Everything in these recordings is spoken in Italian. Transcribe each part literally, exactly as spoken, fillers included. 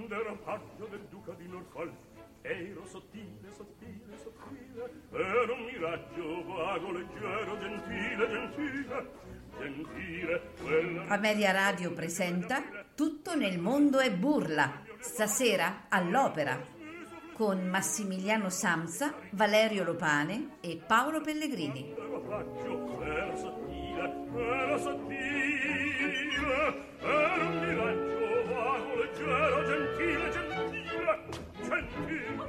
quando ero paggio del duca di Norfolk, ero sottile, sottile, sottile, ero un miraggio vago, leggero, gentile, gentile, gentile. Quella... Ameria Radio presenta Tutto nel mondo è burla, stasera all'Opera, con Massimiliano Samsa, Valerio Lopane e Paolo Pellegrini. Ero paggio, ero sottile, ero sottile, ero un miraggio vago, leggero, gentile, gentile, gentile.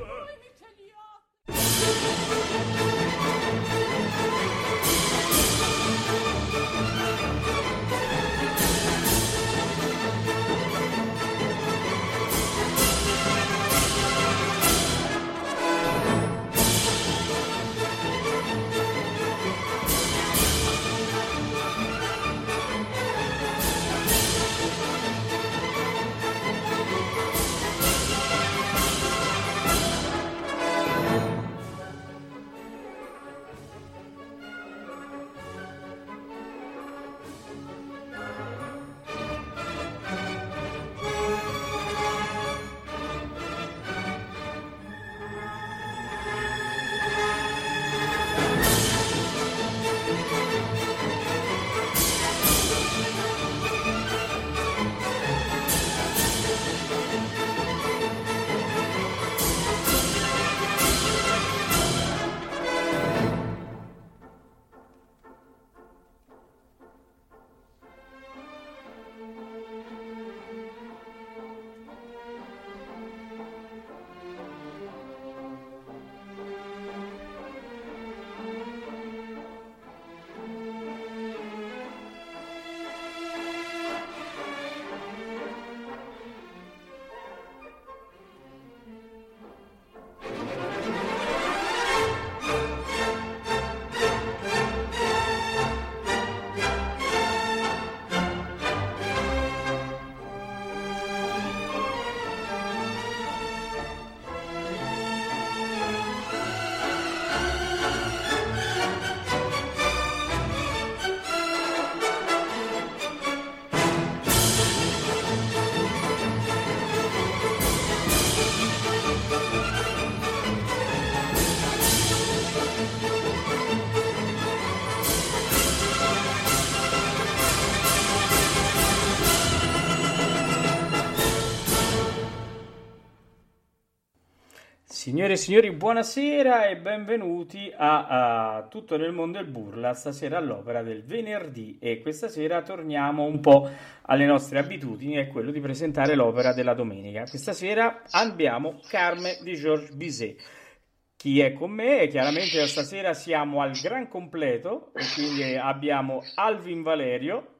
Signore e signori, buonasera e benvenuti a, a Tutto nel mondo è burla, stasera all'Opera del venerdì, e questa sera torniamo un po' alle nostre abitudini, è quello di presentare l'opera della domenica. Questa sera abbiamo Carmen di Georges Bizet. Chi è con me? Chiaramente stasera siamo al gran completo, e quindi abbiamo Alvin Valerio.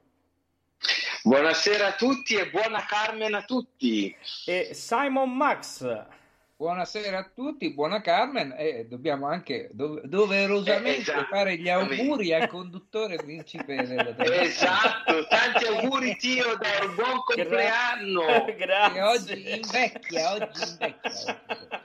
Buonasera a tutti e buona Carmen a tutti. E Simon Max. Buonasera a tutti, buona Carmen, e dobbiamo anche do- doverosamente eh, esatto. fare gli auguri al conduttore principe della televisione. Esatto, tanti auguri Tio, dai, buon compleanno. Grazie. Che oggi invecchia, oggi invecchia.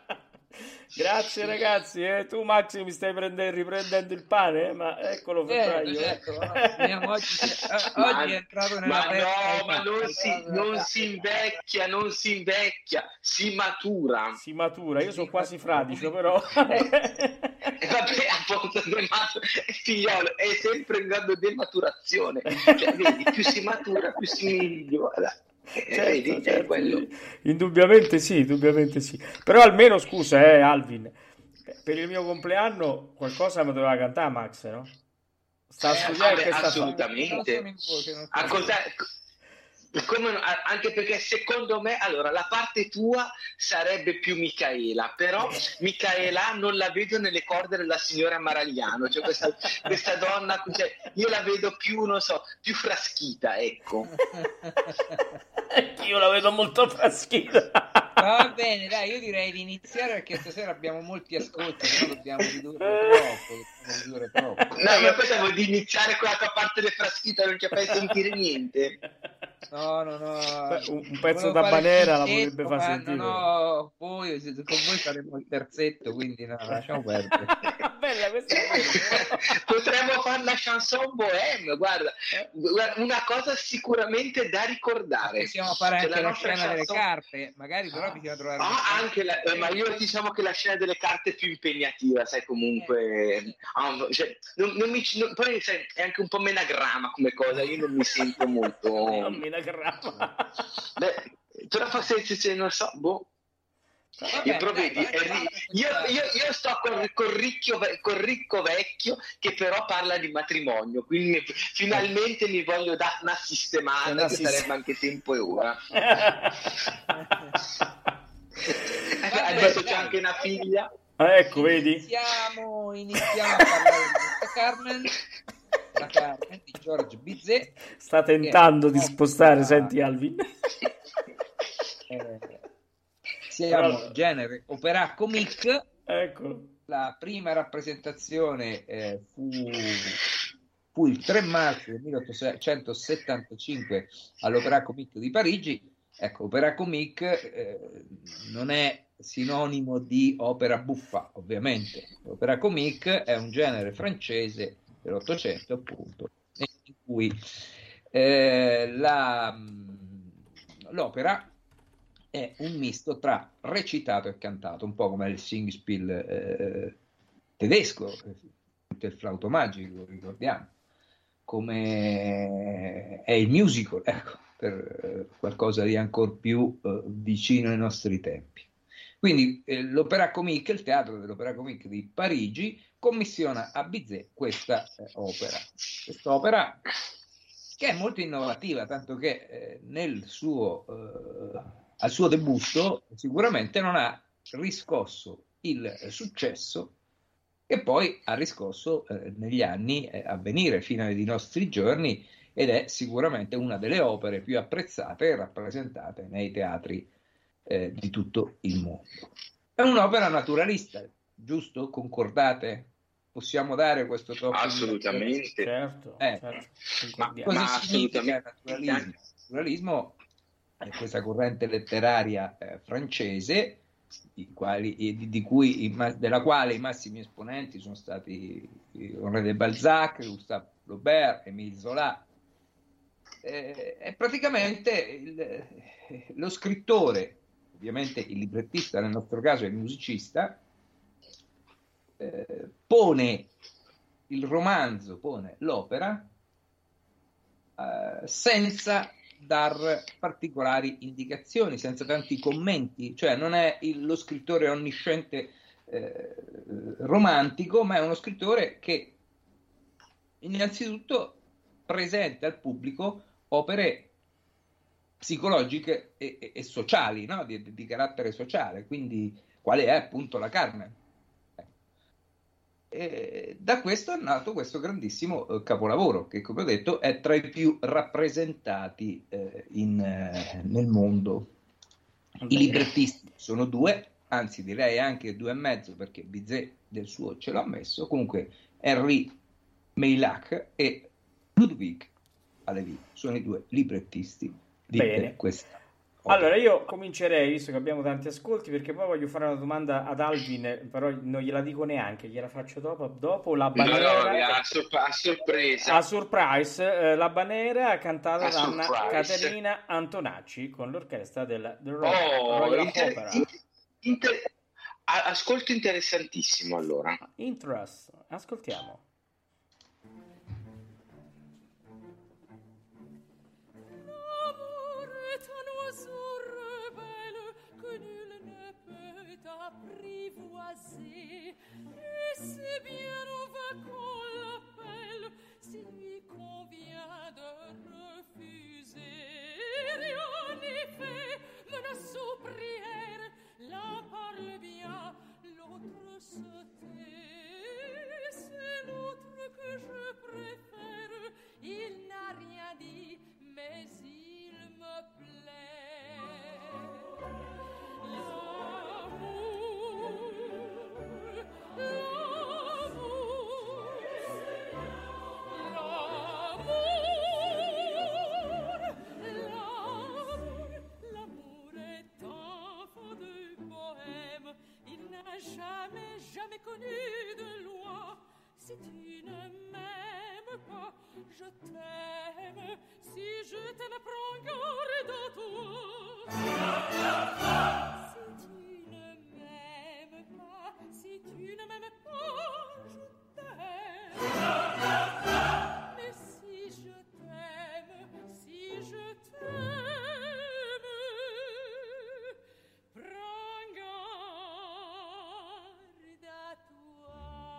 Grazie ragazzi, eh, tu Maxi mi stai prendendo, riprendendo il pane, ma eccolo febbraio. Certo, certo. Oggi, oggi è entrato nella ma festa. No, ma non si, non si invecchia, non si invecchia, si matura. Si matura, io sono quasi fradicio però. E eh, vabbè, appunto, figliolo, è sempre in grado di maturazione. Cioè, vedi, più si matura, più si migliora. Certo, vedi, certo. È quello. Indubbiamente sì, indubbiamente sì. Però almeno, scusa, eh, Alvin, per il mio compleanno qualcosa mi doveva cantare Max, no? Sta a studiare, eh, che vabbè, sta assolutamente. A cosa... Come no? Anche perché secondo me, allora, la parte tua sarebbe più Micaela, però Micaela non la vedo nelle corde della signora Maragliano, cioè questa, questa donna, cioè, io la vedo più, non so, più fraschita, ecco. Io la vedo molto fraschita. Va bene, dai, io direi di iniziare perché stasera abbiamo molti ascolti, però dobbiamo ridurre troppo, dobbiamo ridurre troppo. No, ma cosa vuoi di iniziare con la tua parte del fraschita, non ci fai sentire niente? No, no, no. Un, un pezzo da banera la potrebbe far sentire. No, poi con voi faremo il terzetto, quindi no, lasciamo perdere. bella questa è bella. Potremmo fare la chanson bohème, guarda, una cosa sicuramente da ricordare. Possiamo fare anche cioè, la, la scena chanson... delle carte, magari però ah. bisogna trovare ah, anche la, eh, ma io diciamo che la scena delle carte è più impegnativa, sai, comunque eh. ah, cioè, non, non mi, non, poi sai, è anche un po' menagrama come cosa, io non mi sento molto non menagrama. Beh, però se, se, se non so, boh. Vabbè, io, però, dai, vedi, dai, io, io, io sto col, col, ricchio, col ricco vecchio che però parla di matrimonio, quindi finalmente mi voglio dare una sistemata, una che sistem- sarebbe anche tempo e ora. Adesso c'è anche una figlia. Ah, ecco, vedi? Iniziamo, iniziamo a parlare di Carmen, la Carmen di Georges Bizet. Sta tentando di spostare, senti Alvin. Eh, siamo Però... genere opera comique. Ecco. La prima rappresentazione eh, fu, fu il tre marzo del milleottocentosettantacinque all'Opéra Comique di Parigi. Ecco, opera comique eh, non è sinonimo di opera buffa, ovviamente. L'opera comique è un genere francese dell'Ottocento, appunto, in cui eh, la, l'opera è un misto tra recitato e cantato, un po' come il Singspiel eh, tedesco, il flauto magico, ricordiamo, come è il musical, ecco, per qualcosa di ancora più eh, vicino ai nostri tempi. Quindi eh, l'Opéra Comique, il teatro dell'Opéra Comique di Parigi, commissiona a Bizet questa eh, opera. Quest'opera che è molto innovativa, tanto che eh, nel suo, eh, al suo debutto sicuramente non ha riscosso il successo che poi ha riscosso eh, negli anni eh, a venire fino ai nostri giorni, ed è sicuramente una delle opere più apprezzate e rappresentate nei teatri eh, di tutto il mondo. È un'opera naturalista, giusto? Concordate? Possiamo dare questo tocco? Assolutamente. Certo, eh. certo. Ma cosa ma significa naturalismo? Naturalismo è questa corrente letteraria eh, francese di quali, di, di cui, della quale i massimi esponenti sono stati Honoré de Balzac, Gustave Flaubert, Émile Zola. Eh, è praticamente il, lo scrittore, ovviamente il librettista, nel nostro caso è il musicista, eh, pone il romanzo, pone l'opera eh, senza dar particolari indicazioni, senza tanti commenti, cioè non è il, lo scrittore onnisciente eh, romantico, ma è uno scrittore che innanzitutto presenta al pubblico opere psicologiche e, e, e sociali, no? di, di carattere sociale, quindi quale è appunto la Carmen. E da questo è nato questo grandissimo eh, capolavoro che, come ho detto, è tra i più rappresentati eh, in, eh, nel mondo. I librettisti sono due, anzi direi anche due e mezzo, perché Bizet del suo ce l'ha messo. Comunque Henri Meilhac e Ludwig Halévy sono i due librettisti di Bene. questa. Allora io comincerei, visto che abbiamo tanti ascolti, perché poi voglio fare una domanda ad Alvin, però non gliela dico neanche, gliela faccio dopo, dopo la banera, no, no, a, sor- a sorpresa, a surprise, eh, la banera cantata a da Anna surprise. Caterina Antonacci con l'orchestra del, del Royal, oh, Royal inter- Opera. Inter- ascolto interessantissimo, allora. Interest, ascoltiamo. Apprivoiser, et c'est bien on va qu'on l'appelle, s'il lui convient de refuser. Rien n'est fait, menace ou prière, l'un parle bien, l'autre se tait. C'est l'autre que je préfère, il n'a rien dit, mais il me plaît. Jamais, jamais connu de loin si tu ne m'aimes pas, je t'aime. Si je t'aime, prends garde à toi. Si tu ne m'aimes pas, si tu ne m'aimes pas, je t'aime. Mais si je t'aime, si je t'aime, prends garde à toi.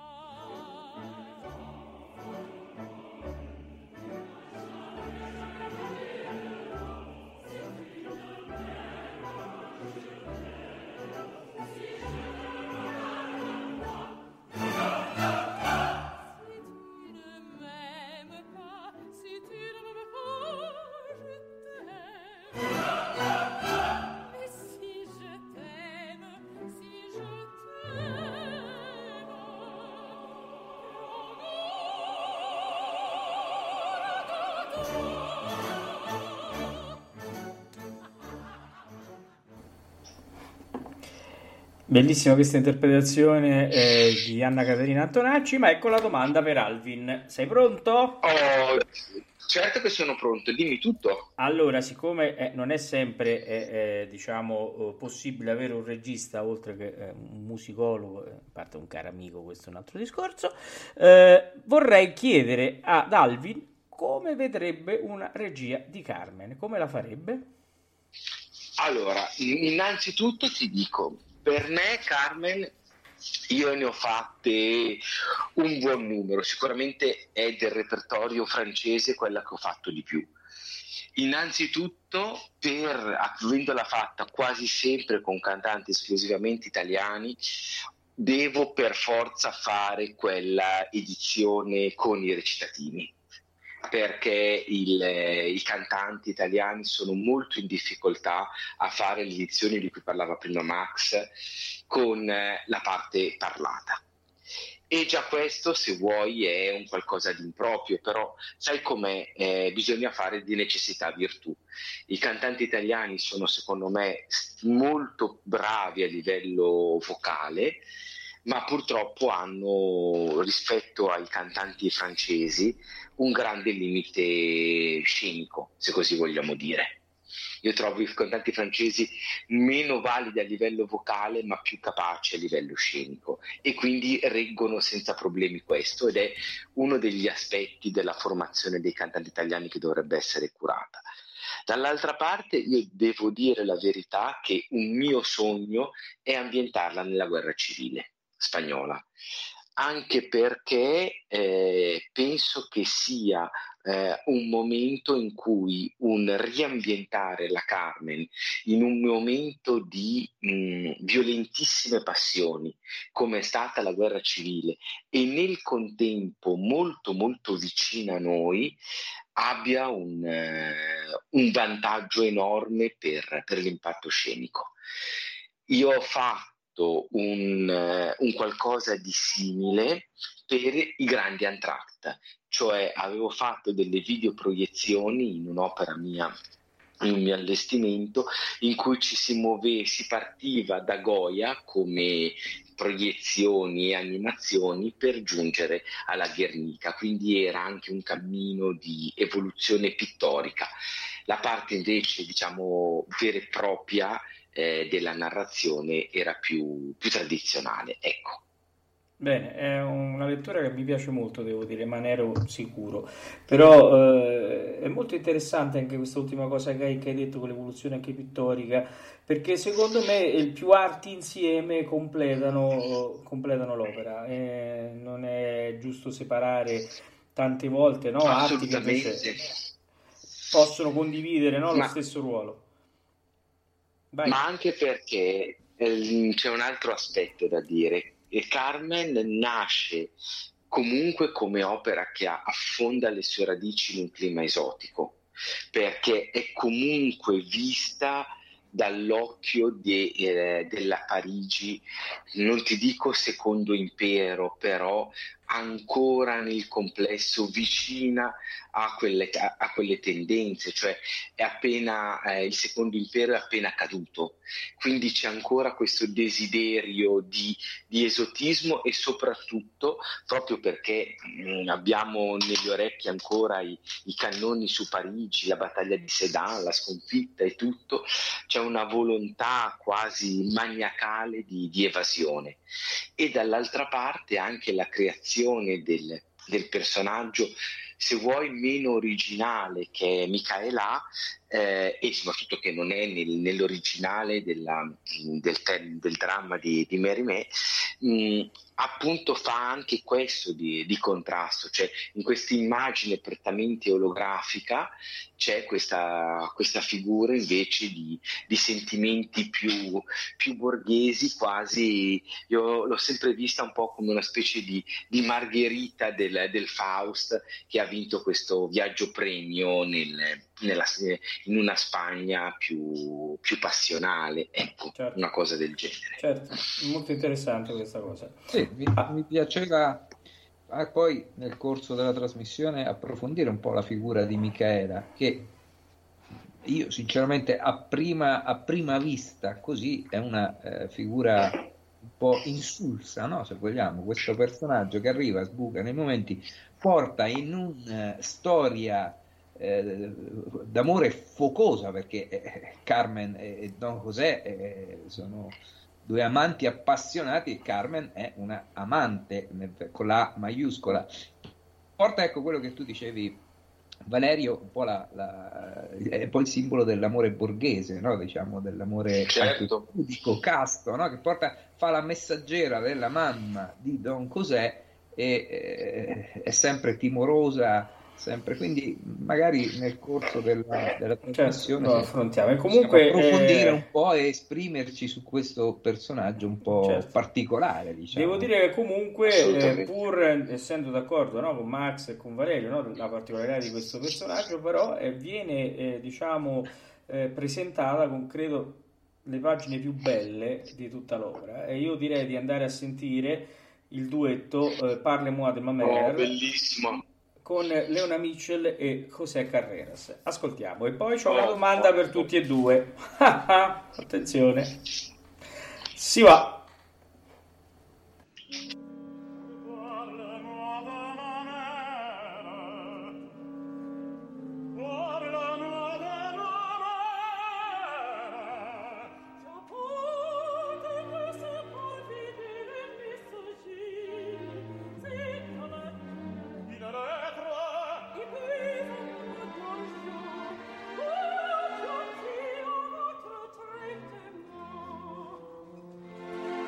Bellissima questa interpretazione eh, di Anna Caterina Antonacci, ma ecco la domanda per Alvin. Sei pronto? Oh, certo che sono pronto, dimmi tutto. Allora, siccome eh, non è sempre eh, eh, diciamo, possibile avere un regista oltre che eh, un musicologo, a parte un caro amico, questo è un altro discorso, eh, vorrei chiedere ad Alvin come vedrebbe una regia di Carmen, come la farebbe? Allora, innanzitutto ti dico, per me Carmen, io ne ho fatte un buon numero, sicuramente è del repertorio francese quella che ho fatto di più. Innanzitutto, per avendola fatta quasi sempre con cantanti esclusivamente italiani, devo per forza fare quella edizione con i recitativi, perché il, i cantanti italiani sono molto in difficoltà a fare le edizioni di cui parlava prima Max con la parte parlata. E già questo, se vuoi, è un qualcosa di improprio, però sai com'è? Eh, bisogna fare di necessità virtù. I cantanti italiani sono, secondo me, molto bravi a livello vocale, ma purtroppo hanno, rispetto ai cantanti francesi, un grande limite scenico, se così vogliamo dire. Io trovo i cantanti francesi meno validi a livello vocale, ma più capaci a livello scenico, e quindi reggono senza problemi questo, ed è uno degli aspetti della formazione dei cantanti italiani che dovrebbe essere curata. Dall'altra parte, io devo dire la verità che un mio sogno è ambientarla nella guerra civile spagnola, anche perché eh, penso che sia eh, un momento in cui un riambientare la Carmen in un momento di mh, violentissime passioni come è stata la guerra civile e nel contempo molto molto vicina a noi abbia un, uh, un vantaggio enorme per, per l'impatto scenico. Io ho fatto Un, uh, un qualcosa di simile per i grandi entr'acte, cioè avevo fatto delle videoproiezioni in un'opera mia, in un mio allestimento, in cui ci si muove, si partiva da Goya come proiezioni e animazioni per giungere alla Guernica, quindi era anche un cammino di evoluzione pittorica. La parte invece, diciamo, vera e propria Eh, della narrazione era più, più tradizionale, ecco. Bene, è una lettura che mi piace molto, devo dire, ma ne ero sicuro. Però eh, è molto interessante anche questa ultima cosa che hai, che hai detto, con l'evoluzione anche pittorica, perché secondo me il più arti insieme completano, completano l'opera. Eh, non è giusto separare tante volte, no? Arti che invece possono condividere, no, ma... lo stesso ruolo. Vai. Ma anche perché eh, c'è un altro aspetto da dire. E Carmen nasce comunque come opera che affonda le sue radici in un clima esotico, perché è comunque vista dall'occhio de, eh, della Parigi, non ti dico secondo impero, però ancora nel complesso vicina a quelle, a, a quelle tendenze, cioè è appena eh, il secondo impero è appena caduto, quindi c'è ancora questo desiderio di, di esotismo, e soprattutto proprio perché mh, abbiamo negli orecchi ancora i, i cannoni su Parigi, la battaglia di Sedan, la sconfitta e tutto, c'è una volontà quasi maniacale di, di evasione. E dall'altra parte anche la creazione del, del personaggio, se vuoi meno originale, che è Micaela, eh, e soprattutto che non è nel, nell'originale della, del, te, del dramma di, di Mérimée, mh, appunto fa anche questo di, di contrasto, cioè in questa immagine prettamente olografica c'è questa, questa figura invece di, di sentimenti più, più borghesi, quasi, io l'ho sempre vista un po' come una specie di, di Margherita del, del Faust, che ha vinto questo viaggio premio nel, nella, in una Spagna più, più passionale, ecco, certo. Una cosa del genere. Certo, molto interessante questa cosa. Sì, mi, ah. mi piaceva ah, poi nel corso della trasmissione approfondire un po' la figura di Micaela, che io sinceramente a prima, a prima vista così è una eh, figura un po' insulsa, no? Se vogliamo, questo personaggio che arriva, sbuca nei momenti, porta in una storia eh, d'amore focosa, perché eh, Carmen e Don José eh, sono due amanti appassionati, e Carmen è una amante con la maiuscola. Porta, ecco, quello che tu dicevi, Valerio, un po' la, la, è poi il simbolo dell'amore borghese, no? Diciamo dell'amore, certo, pudico, casto, no? Che porta, fa la messaggera della mamma di Don José e eh, è sempre timorosa, sempre, quindi magari nel corso della, della trasmissione certo, lo affrontiamo. E comunque approfondire eh... un po' e esprimerci su questo personaggio un po' certo. particolare, diciamo. Devo dire che comunque eh, pur essendo d'accordo, no, con Max e con Valerio, no, la particolarità di questo personaggio, però eh, viene eh, diciamo eh, presentata con, credo, le pagine più belle di tutta l'opera, e io direi di andare a sentire il duetto eh, Parle-moi de ma mère, oh, bellissimo, con Leona Mitchell e José Carreras. Ascoltiamo, e poi c'ho una domanda per tutti e due. Attenzione, si va. Thank you.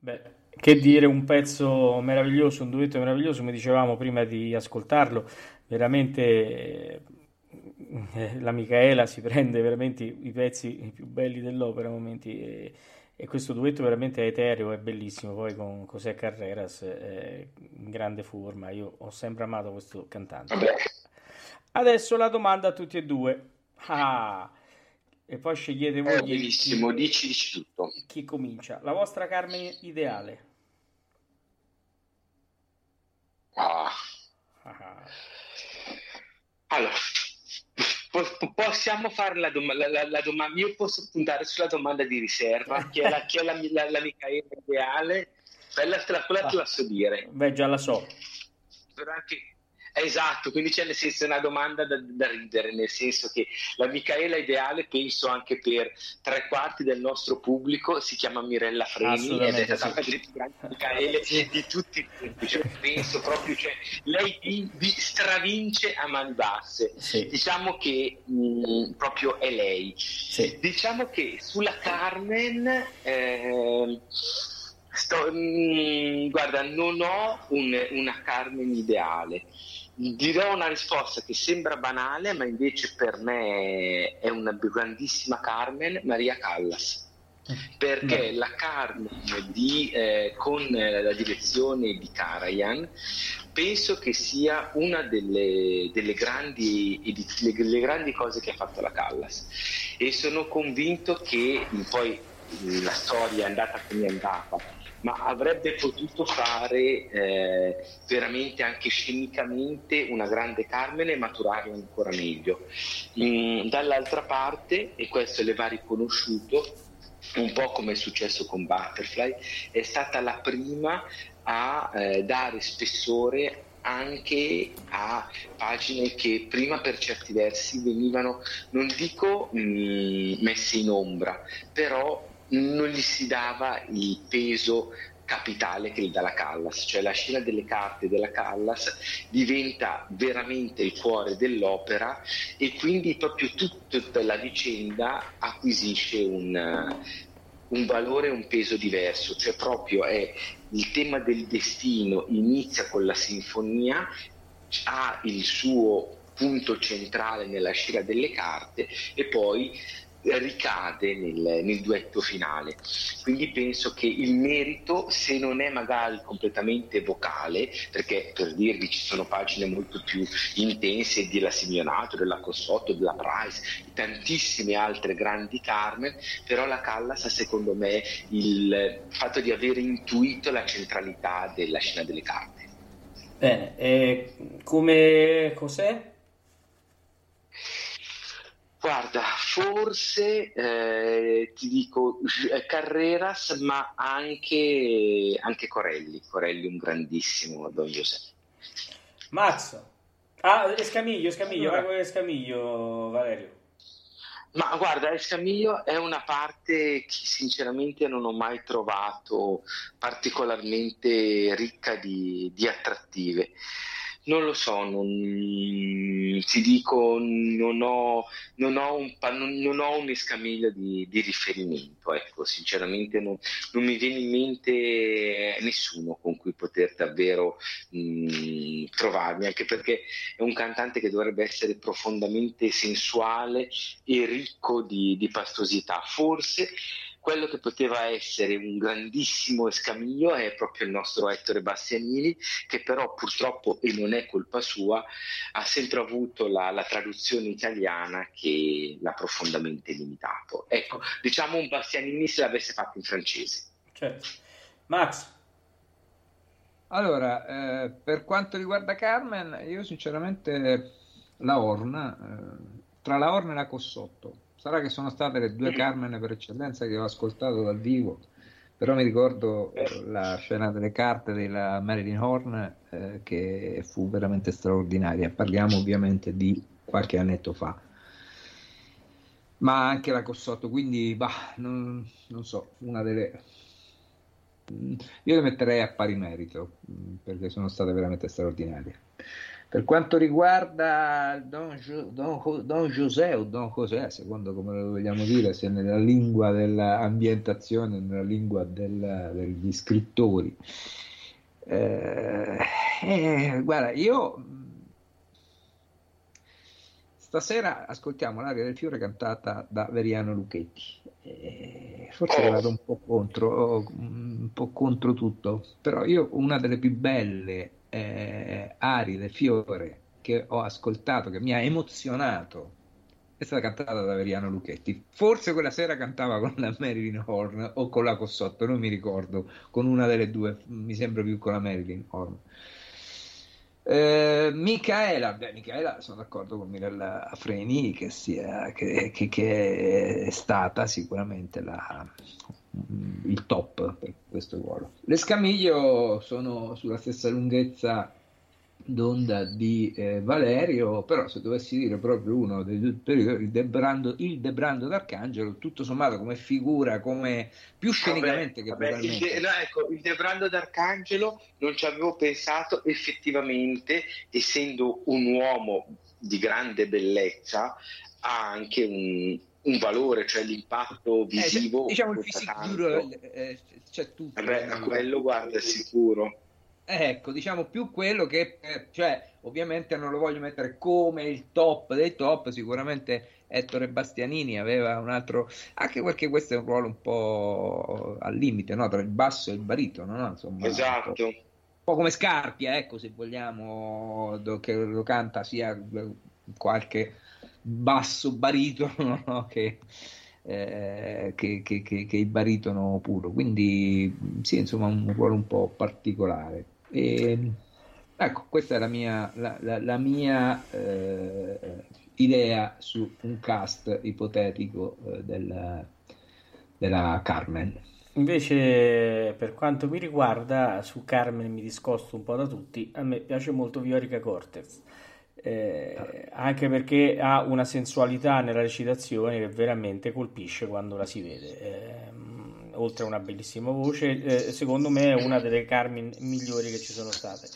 Beh, che dire, un pezzo meraviglioso, un duetto meraviglioso, come dicevamo prima di ascoltarlo, veramente eh, la Micaela si prende veramente i pezzi più belli dell'opera a momenti e, e questo duetto veramente è etereo, è bellissimo, poi con José Carreras è in grande forma, io ho sempre amato questo cantante. Vabbè. Adesso la domanda a tutti e due. Ah, e poi scegliete voi È chi, bellissimo, chi- dici, dici tutto. chi comincia. La vostra Carmen ideale. Ah. Ah, Allora, po- po- possiamo fare la, doma- la- la- la domanda, io posso puntare sulla domanda di riserva, che è la, che è la, la, la Micaela ideale, quella, te la, quella te la so dire. beh, già la so. Però anche- Esatto, quindi c'è nel senso è una domanda da, da ridere, nel senso che la Micaela ideale, penso anche per tre quarti del nostro pubblico, si chiama Mirella Freni ed è Assolutamente stata sì. una delle più grandi Micaele di tutti i tempi. Cioè, penso proprio, cioè, lei vi, vi stravince a mani basse. Sì. Diciamo che mh, proprio è lei. Sì. Diciamo che sulla Carmen, eh, sto, mh, guarda, non ho un- una Carmen ideale. Dirò una risposta che sembra banale, ma invece per me è una grandissima Carmen, Maria Callas. Perché la Carmen di, eh, con la direzione di Karajan penso che sia una delle, delle grandi, edit- delle grandi cose che ha fatto la Callas, e sono convinto che poi la storia è andata come è andata, ma avrebbe potuto fare eh, veramente anche scenicamente una grande Carmen e maturarla ancora meglio. Mm, dall'altra parte, e questo le va riconosciuto, un po' come è successo con Butterfly, è stata la prima a eh, dare spessore anche a pagine che prima per certi versi venivano, non dico mh, messe in ombra, però non gli si dava il peso capitale che gli dà la Callas, cioè la scena delle carte della Callas diventa veramente il cuore dell'opera e quindi proprio tutta la vicenda acquisisce un, un valore e un peso diverso, cioè proprio è il tema del destino, inizia con la sinfonia, ha il suo punto centrale nella scena delle carte e poi ricade nel, nel duetto finale. Quindi penso che il merito, se non è magari completamente vocale, perché per dirvi ci sono pagine molto più intense della Simeonato, della Cossotto, della Price, di tantissime altre grandi Carmen, però la Callas ha secondo me il fatto di aver intuito la centralità della scena delle carte. Bene, e come cos'è? Guarda, forse eh, ti dico Carreras, ma anche, anche Corelli. Corelli un grandissimo Don Giuseppe. Max. Ah, Escamiglio, Escamiglio, Allora. vai con Escamiglio, Valerio. Ma guarda, Escamillo è una parte che sinceramente non ho mai trovato particolarmente ricca di, di attrattive. Non lo so, non, ti dico, non ho, non ho un, pa- non, non ho un Escamillo di, di riferimento, ecco, sinceramente non, non mi viene in mente nessuno con cui poter davvero mh, trovarmi, anche perché è un cantante che dovrebbe essere profondamente sensuale e ricco di, di pastosità. Forse quello che poteva essere un grandissimo Escamillo è proprio il nostro Ettore Bastianini, che però purtroppo, e non è colpa sua, ha sempre avuto la, la traduzione italiana che l'ha profondamente limitato. Ecco, diciamo un Bastianini se l'avesse fatto in francese. Certo. Max. Allora, eh, per quanto riguarda Carmen, io sinceramente la Horn, eh, tra la Horn e la Cossotto, sarà che sono state le due Carmen per eccellenza che ho ascoltato dal vivo, però mi ricordo eh, la scena delle carte della Marilyn Horn eh, che fu veramente straordinaria. Parliamo ovviamente di qualche annetto fa, ma anche la Cossotto, quindi bah, non, non so, una delle... Io le metterei a pari merito perché sono state veramente straordinarie. Per quanto riguarda Don, Don, Don José o Don José, secondo come lo vogliamo dire, se nella lingua dell'ambientazione, nella lingua del, degli scrittori, eh, eh, guarda, io stasera ascoltiamo L'aria del fiore cantata da Veriano Luchetti. Eh, forse è vado un po' contro, un po' contro tutto, però io una delle più belle eh, arie del fiore che ho ascoltato, che mi ha emozionato, è stata cantata da Veriano Luchetti. Forse quella sera cantava con la Marilyn Horne o con la Cossotto, non mi ricordo, con una delle due, mi sembra più con la Marilyn Horne. Eh, Micaela, beh, Micaela, sono d'accordo con Mirella Freni che, sia, che, che, che è stata sicuramente la, il top per questo ruolo. Le Scamiglio sono sulla stessa lunghezza d'onda di eh, Valerio, però se dovessi dire proprio uno dei due periodi, il Debrando, il Debrando d'Arcangelo, tutto sommato come figura, come più scenicamente vabbè, che vabbè, il, de, no, ecco, il Debrando d'Arcangelo non ci avevo pensato effettivamente, essendo un uomo di grande bellezza, ha anche un, un valore, cioè l'impatto visivo. Eh, diciamo il fisico, eh, c'è tutto. Vabbè, a quello guarda sicuro. Ecco, diciamo più quello che, cioè, ovviamente non lo voglio mettere come il top dei top, sicuramente Ettore Bastianini aveva un altro, anche perché questo è un ruolo un po' al limite, no? Tra il basso e il baritono, no? Insomma, esatto. Un po', un po' come Scarpia, ecco, se vogliamo, che lo canta sia qualche basso baritono, no? che... Eh, che, che, che, che il baritono puro, quindi sì, insomma un ruolo un po' particolare. E, ecco, questa è la mia, la, la, la mia eh, idea su un cast ipotetico eh, del, della Carmen. Invece, per quanto mi riguarda, su Carmen mi discosto un po' da tutti. A me piace molto Viorica Cortez. Eh, anche perché ha una sensualità nella recitazione che veramente colpisce quando la si vede, eh, oltre a una bellissima voce, eh, secondo me è una delle Carmen migliori che ci sono state.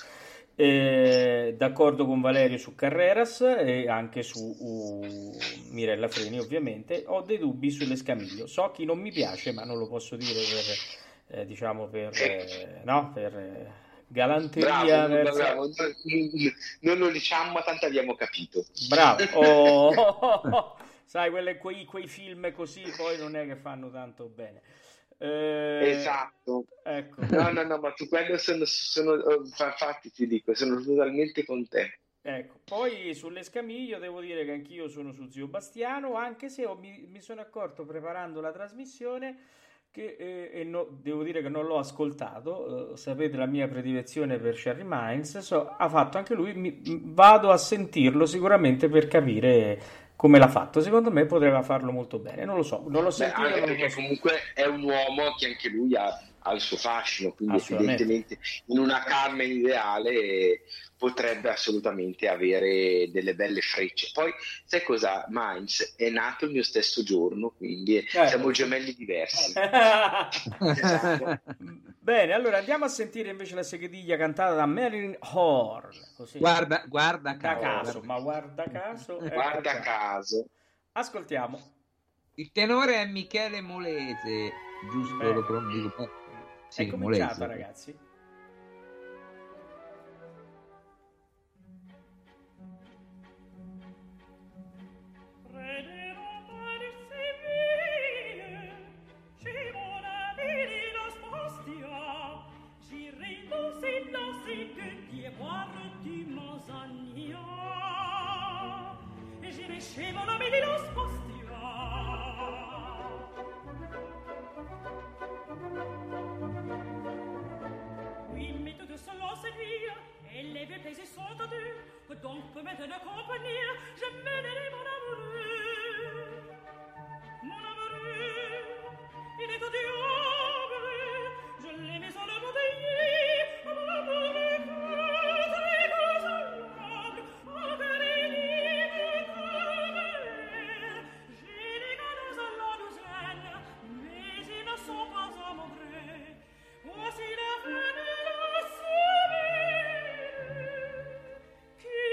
Eh, d'accordo con Valerio su Carreras e anche su uh, Mirella Freni, ovviamente. Ho dei dubbi sulle Scamiglio, so chi non mi piace, ma non lo posso dire per eh, diciamo per eh, no per eh, galanteria, bravo, verso... bravo. Non, non lo diciamo, ma tanto abbiamo capito. Bravo. Oh, oh, oh. Sai, quelle, quei, quei film così poi non è che fanno tanto bene. Eh, esatto. Ecco. No, no, no, ma su quello sono, sono, infatti ti dico, sono totalmente con te. Ecco, poi sulle Scamiglio devo dire che anch'io sono su Zio Bastiano, anche se ho, mi, mi sono accorto preparando la trasmissione che eh, e no, devo dire che non l'ho ascoltato, eh, sapete la mia predilezione per Sherry Mines, so, ha fatto anche lui, mi, vado a sentirlo sicuramente per capire come l'ha fatto. Secondo me poteva farlo molto bene, non lo so, non l'ho sentito. Beh, anche non perché lo comunque è un uomo che anche lui ha, ha il suo fascino, quindi evidentemente in una Carmen ideale potrebbe assolutamente avere delle belle frecce. Poi sai cosa? Mainz è nato il mio stesso giorno, quindi eh. siamo gemelli diversi. Esatto. Bene, allora andiamo a sentire invece la seghediglia cantata da Marilyn Horne. Così. Guarda, guarda da caso, caso, guarda. ma guarda caso, guarda ecco caso. Ascoltiamo. Il tenore è Michele Molese, giusto? Beh, lo dico. Sì, è cominciata, Molese. Ragazzi. Donc peut mettre une compagnie, je mènerai mon amoureux. Mon amoureux, il est adorable, je l'aimais sans le bouteiller. Mon amoureux, très consolable, encaréné comme elle. J'ai des galons à la douzaine, mais ils ne sont pas amoureux. Voici la fin de la semaine. Qui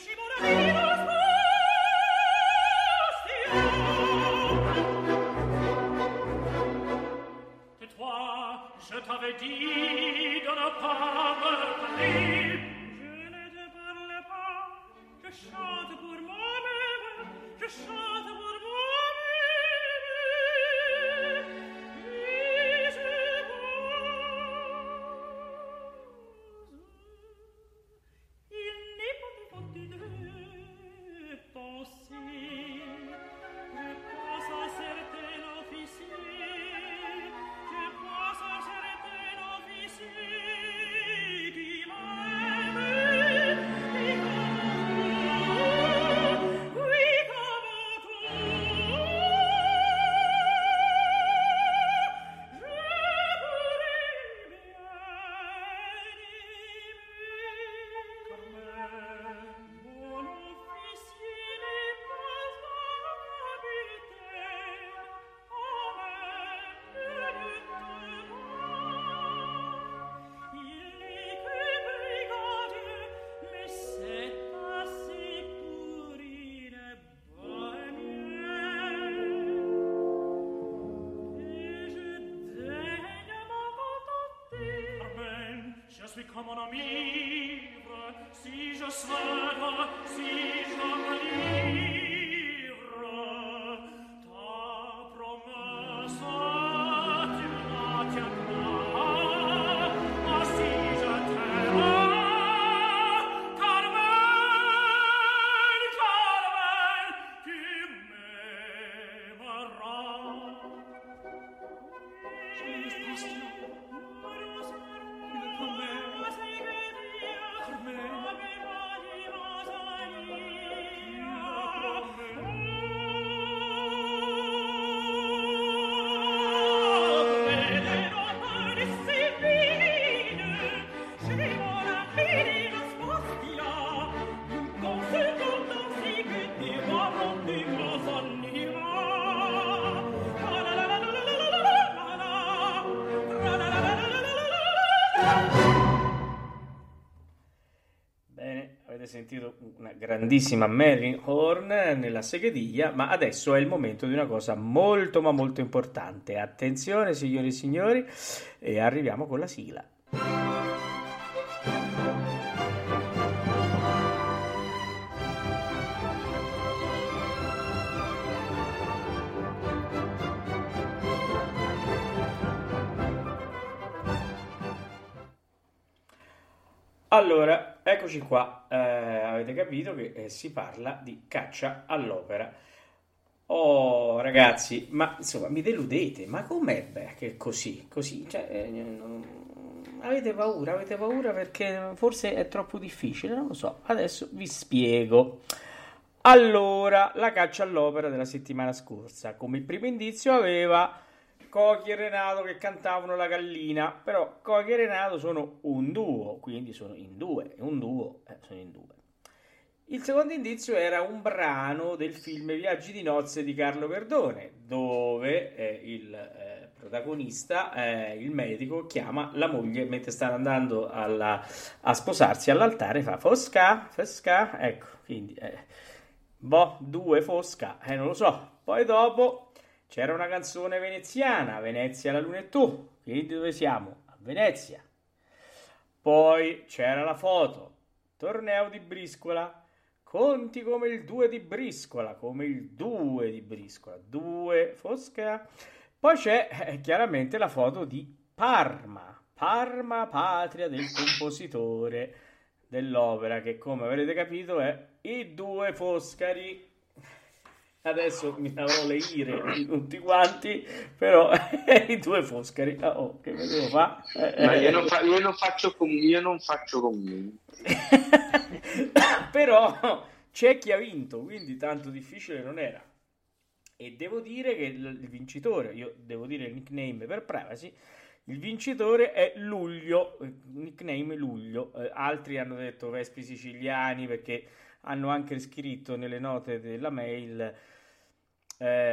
Sentito una grandissima Marilyn Horne nella seghediglia, ma adesso è il momento di una cosa molto ma molto importante. Attenzione signori e signori, e arriviamo con la sigla. Allora, eccoci qua, eh, avete capito che eh, si parla di Caccia all'opera. Oh ragazzi, ma insomma mi deludete, ma com'è beh, che così, così, cioè, eh, non... avete paura, avete paura perché forse è troppo difficile, non lo so, adesso vi spiego. Allora, la Caccia all'opera della settimana scorsa, come il primo indizio aveva Cochi e Renato che cantavano La gallina, però Cochi e Renato sono un duo, quindi sono in due, e un duo eh, sono in due. Il secondo indizio era un brano del film Viaggi di nozze di Carlo Verdone, dove eh, il eh, protagonista, eh, il medico, chiama la moglie mentre stanno andando alla, a sposarsi all'altare, fa Fosca, Fosca, ecco, quindi eh, boh, due Fosca, eh, non lo so. Poi dopo c'era una canzone veneziana, Venezia la luna e tu, quindi dove siamo? A Venezia. Poi c'era la foto, torneo di briscola, conti come il due di briscola, come il due di briscola, due Fosca. Poi c'è eh, chiaramente la foto di Parma, Parma patria del compositore dell'opera, che come avrete capito è i due Foscari. Adesso mi avrò le ire di tutti quanti, però i due Foscari, oh, che me devo fare? Ma io non, fa, io non faccio com- io non faccio comuni. Però c'è chi ha vinto, quindi tanto difficile non era. E devo dire che il, il vincitore, io devo dire il nickname per privacy, il vincitore è Luglio, nickname Luglio. Eh, altri hanno detto Vespi Siciliani perché hanno anche scritto nelle note della mail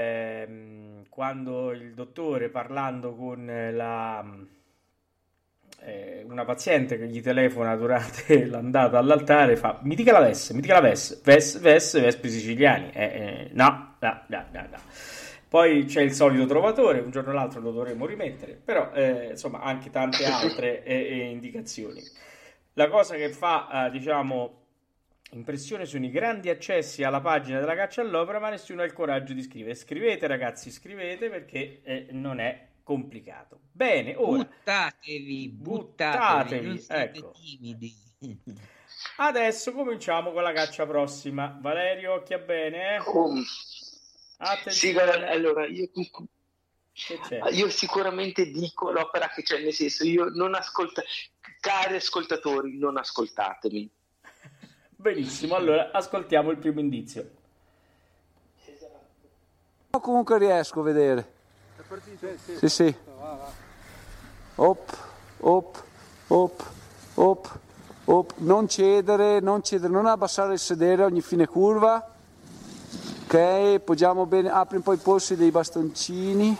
ehm, quando il dottore parlando con la eh, una paziente che gli telefona durante l'andata all'altare fa: mi dica la Ves, mi dica la Ves, Ves, Ves, Vespri siciliani. Eh, eh, no, no, no, no, no. Poi c'è il solito trovatore, un giorno o l'altro lo dovremo rimettere, però eh, insomma anche tante altre eh, eh, indicazioni. La cosa che fa, eh, diciamo, impressione sono i grandi accessi alla pagina della Caccia all'Opera, ma nessuno ha il coraggio di scrivere. Scrivete ragazzi, scrivete, perché eh, non è complicato. Bene, ora buttatevi, buttatevi, buttatevi, ecco. Timidi. Adesso cominciamo con la caccia prossima. Valerio, occhia bene, eh? Oh. Sì, guarda, allora io, io sicuramente dico l'opera che c'è, nel senso, io non ascolto, cari ascoltatori, non ascoltatemi. Benissimo, allora ascoltiamo il primo indizio. Esatto. Comunque riesco a vedere. Sì, sì. Op, op, op, op, op. Non cedere, non cedere, non abbassare il sedere ogni fine curva. Ok, poggiamo bene, apri un po' i polsi dei bastoncini.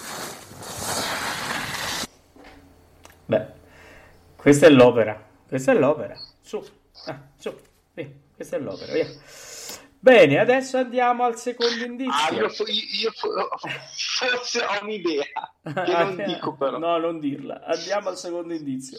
Beh, questa è l'opera, questa è l'opera. Su, ah, su, via. Questa è l'opera, via. Bene, adesso andiamo al secondo indizio. Ah, io, io, io forse ho un'idea, che non dico però. No, non dirla. Andiamo al secondo indizio.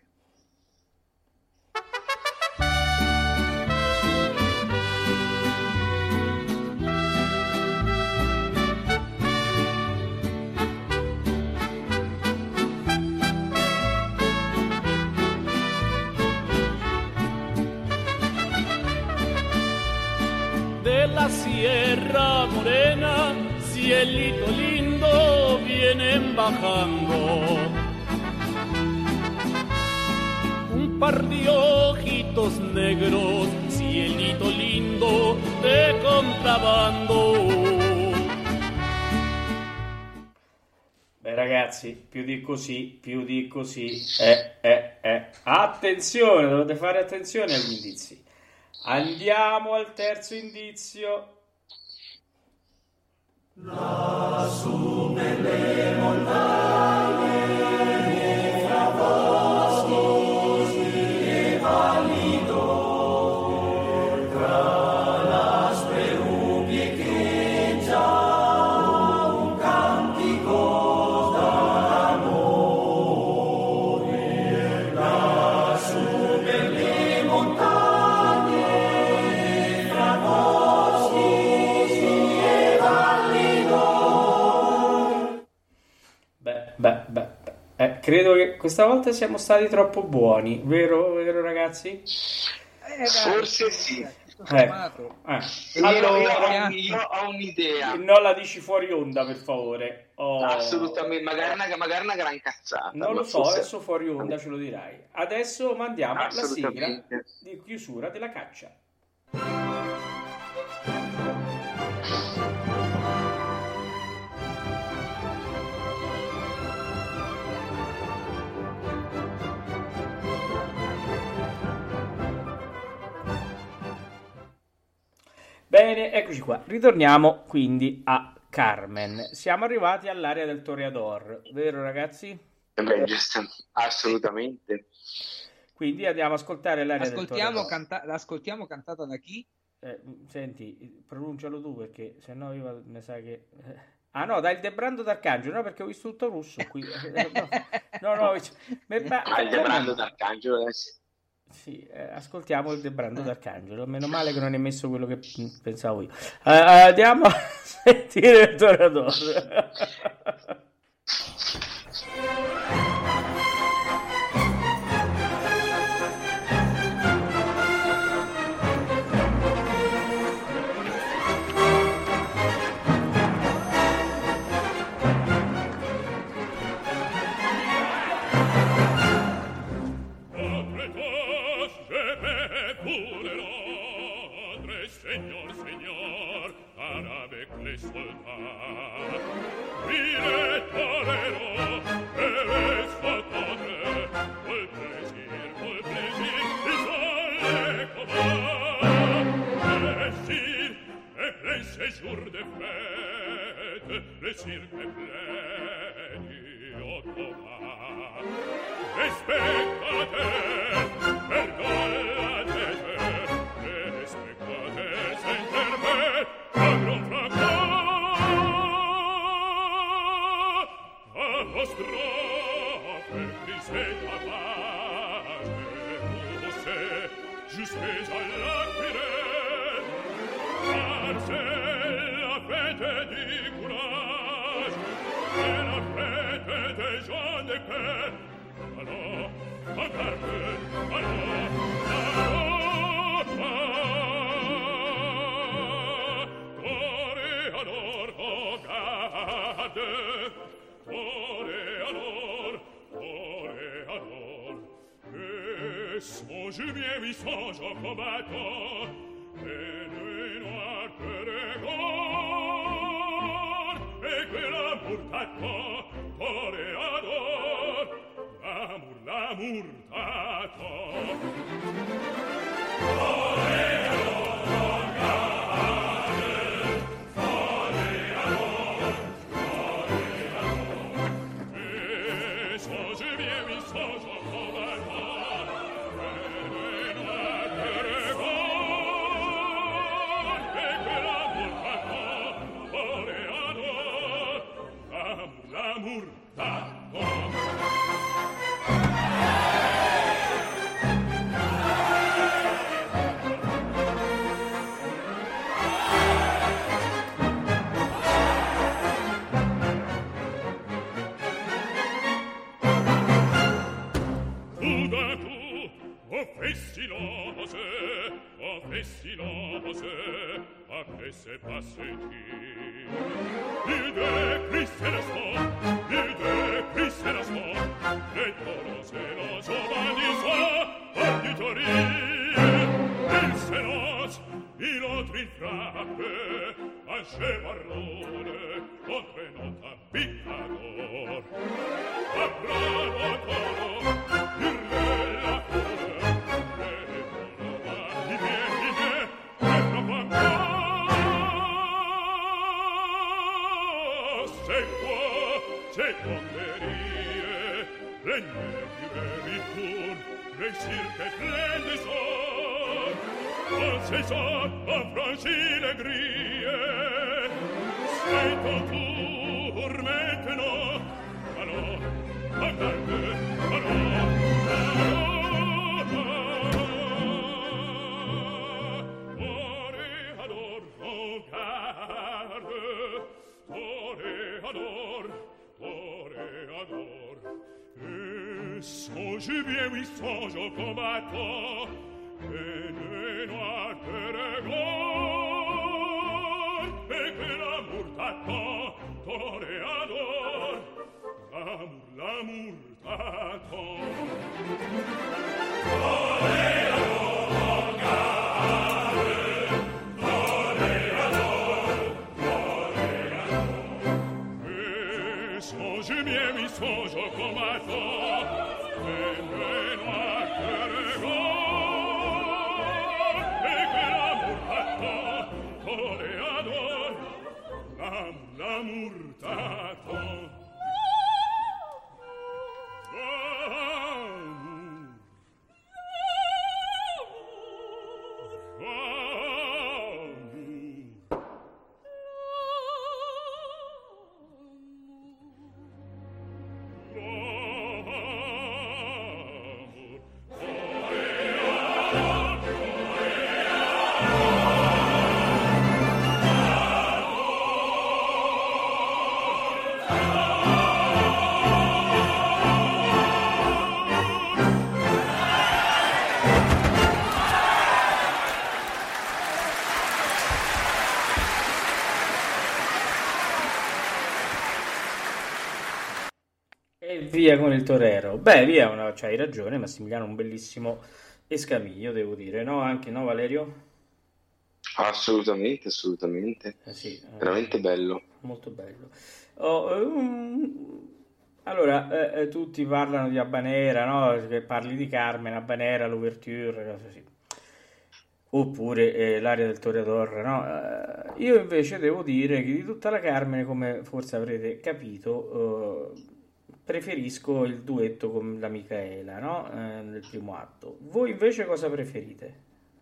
La Sierra Morena, cielito lindo, vienen bajando. Un par de ojitos negros, cielito lindo, de contrabando. Beh ragazzi, più di così, più di così, eh, eh, eh. Attenzione, dovete fare attenzione agli indizi. Andiamo al terzo indizio. Lassù nelle montagne, fra boschi e valli d'oro, tra las perubie che già un cantico d'amore. Lassù nelle montagne, Beh, beh, beh. Eh, credo che questa volta siamo stati troppo buoni, vero, vero ragazzi? Eh, Forse sì. Ecco. Eh. Allora, io, io ho un'idea. Non la dici fuori onda, per favore. Oh. Assolutamente, magari una, magari una gran cazzata. Non lo so, forse... adesso fuori onda ce lo dirai. Adesso mandiamo la sigla di chiusura della caccia. Bene, eccoci qua. Ritorniamo quindi a Carmen. Siamo arrivati all'area del Toreador, vero ragazzi? Beh, assolutamente. Quindi andiamo ad ascoltare l'area Ascoltiamo del Toreador. canta- l'ascoltiamo cantata da chi? Eh, senti, pronuncialo tu perché se no io mi sa che... Ah no, dai il Debrando d'Arcangelo, no, perché ho visto tutto russo qui. No, no, no. Ma... Ah, il Debrando d'Arcangelo adesso. Sì, eh, ascoltiamo il Debrando d'Arcangelo. Meno male che non hai messo quello che pensavo io. Uh, andiamo a sentire il Toreador. Señor, señor, avec les soldats, vire torero, et les fatadres, quel plaisir, quel plaisir, ils ont les combats, les cires, et les séjours de fête, les cirques pleins du Ottawa, les Via con il torero. Beh, via, una, c'hai ragione Massimiliano, un bellissimo escamiglio, devo dire, no? Anche, no Valerio? Assolutamente, assolutamente. Eh sì, veramente eh, bello. Molto bello. Oh, um, allora, eh, tutti parlano di Habanera, no? Che parli di Carmen, Habanera, l'ouverture, cose così. Oppure eh, l'aria del Toreador, no? Eh, io invece devo dire che di tutta la Carmen, come forse avrete capito, eh, preferisco il duetto con la Micaela, no? Eh, nel primo atto. Voi invece cosa preferite?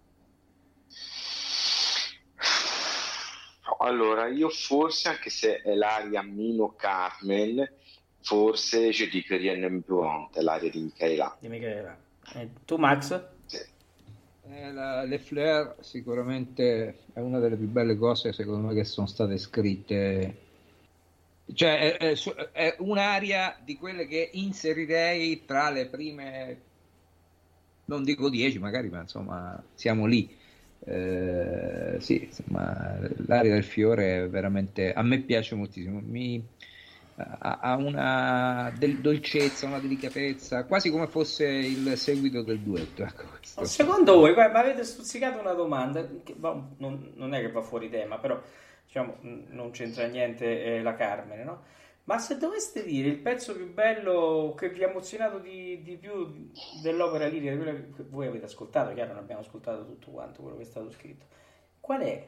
Allora, io forse, anche se è l'aria meno Carmen, forse je dis que rien ne me plante, l'aria di Micaela. Di Micaela. Eh, tu, Max? Sì. Eh, la, Le Fleur sicuramente è una delle più belle cose secondo me che sono state scritte, cioè è, è, è un'aria di quelle che inserirei tra le prime, non dico dieci magari, ma insomma siamo lì. Eh, sì, insomma, l'aria del fiore è veramente, a me piace moltissimo, mi ha una del dolcezza, una delicatezza, quasi come fosse il seguito del duetto. Ecco, secondo voi, mi avete stuzzicato una domanda che va, non, non è che va fuori tema, però diciamo non c'entra niente eh, la Carmine, no? Ma se doveste dire il pezzo più bello che vi ha emozionato di, di più dell'opera lirica, quello che voi avete ascoltato, chiaro, non abbiamo ascoltato tutto quanto quello che è stato scritto, qual è?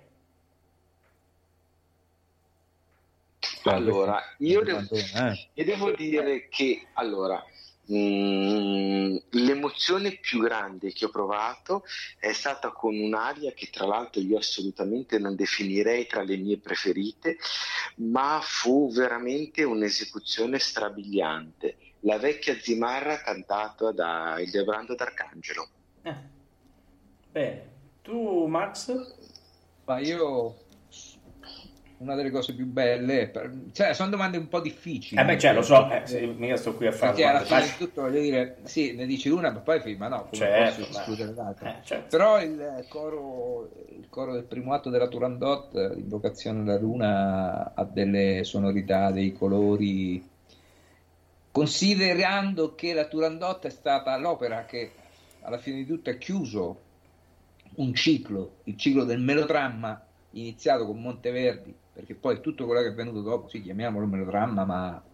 Allora, io devo, io devo dire che allora mh, l'emozione più grande che ho provato è stata con un'aria che tra l'altro io assolutamente non definirei tra le mie preferite, ma fu veramente un'esecuzione strabiliante, la vecchia Zimarra cantata da Ildebrando d'Arcangelo. Eh. Bene, tu Max? Ma io una delle cose più belle, per, cioè sono domande un po' difficili. Eh beh, cioè, lo so, eh, sì, mica sto qui a fare perché alla fine di tutto voglio dire, sì, ne dici una, ma poi ma no, come certo, posso escludere l'altra? Eh, certo. Però il coro, il coro del primo atto della Turandot, l'invocazione alla luna, ha delle sonorità, dei colori, considerando che la Turandot è stata l'opera che alla fine di tutto ha chiuso un ciclo, il ciclo del melodramma iniziato con Monteverdi, perché poi tutto quello che è venuto dopo, sì, chiamiamolo melodramma, ma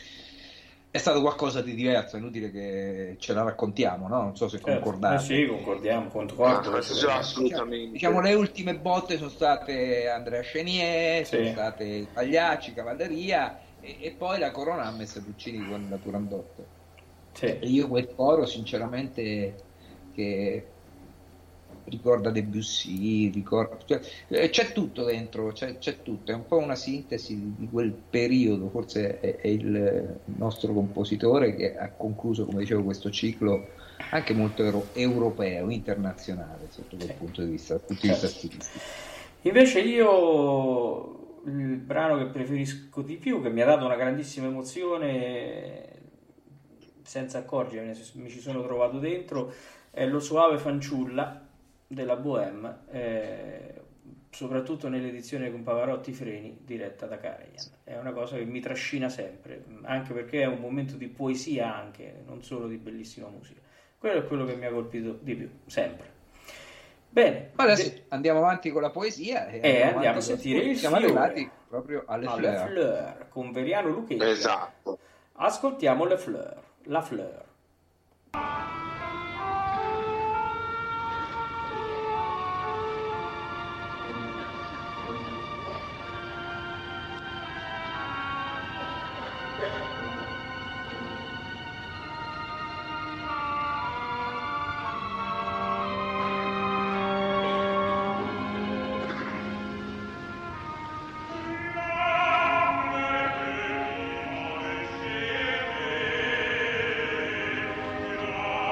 è stato qualcosa di diverso, è inutile che ce la raccontiamo, no? Non so se certo. concordate. Eh sì, concordiamo, concordo. Ah, sì, assolutamente. Diciamo, le ultime botte sono state Andrea Chenier, sì. sono state Pagliacci, Cavalleria, e, e poi la corona ha messo Puccini con la Turandot. Sì. E io quel coro, sinceramente, che ricorda Debussy, ricorda, cioè, c'è tutto dentro, c'è, c'è tutto, è un po' una sintesi di quel periodo, forse è, è il nostro compositore che ha concluso, come dicevo, questo ciclo anche molto euro- europeo, internazionale sotto quel sì. punto di vista, dal punto di vista stilistico. Invece io il brano che preferisco di più, che mi ha dato una grandissima emozione senza accorgermene, mi ci sono trovato dentro, è Lo Soave Fanciulla della Bohème, eh, soprattutto nell'edizione con Pavarotti Freni diretta da Karajan. È una cosa che mi trascina sempre, anche perché è un momento di poesia, anche non solo di bellissima musica. Quello è quello che mi ha colpito di più, sempre. Bene, adesso de- andiamo avanti con la poesia e eh, andiamo, andiamo a sentire il siamo fiore. arrivati proprio alle, alle fleur. fleur con Veriano Lucchesi. Esatto. Ascoltiamo le fleur, la fleur. Thank you.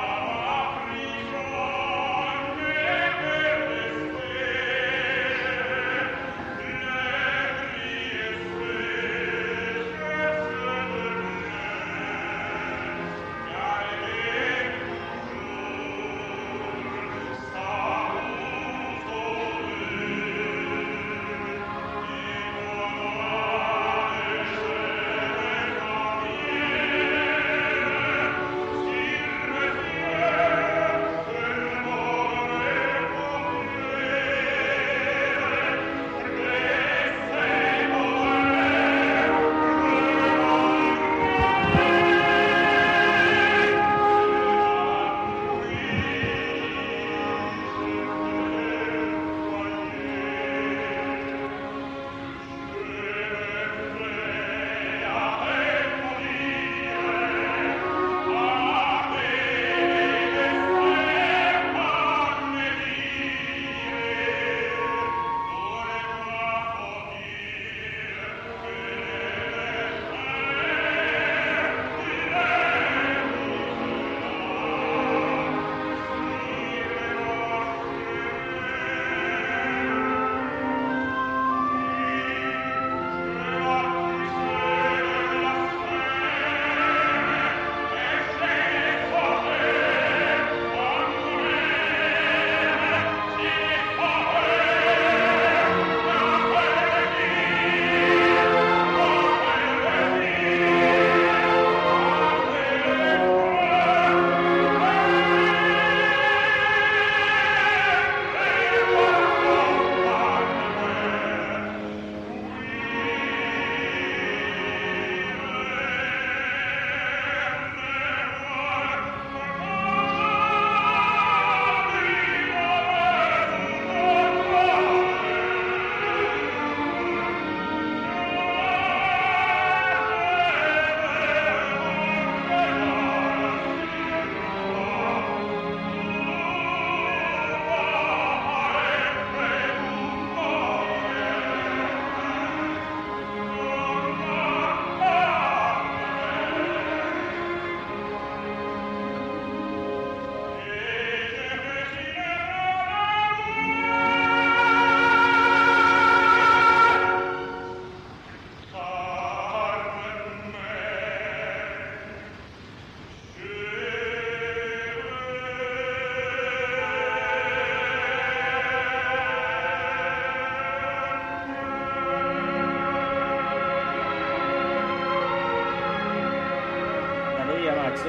Max?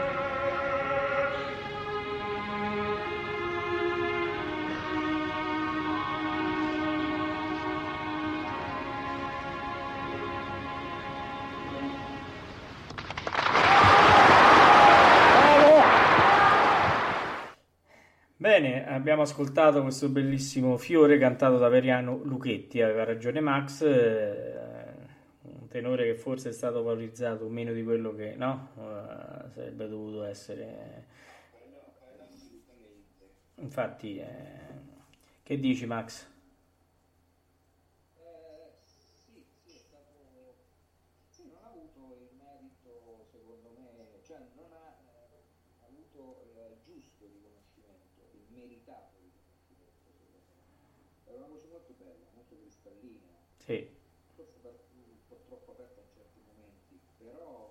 Bene, abbiamo ascoltato questo bellissimo Fiore cantato da Veriano Luchetti, aveva ragione Max, eh, un tenore che forse è stato valorizzato meno di quello che no, eh, sarebbe dovuto essere. Infatti, eh, che dici Max? Sì. Forse un po' troppo aperta in certi momenti, però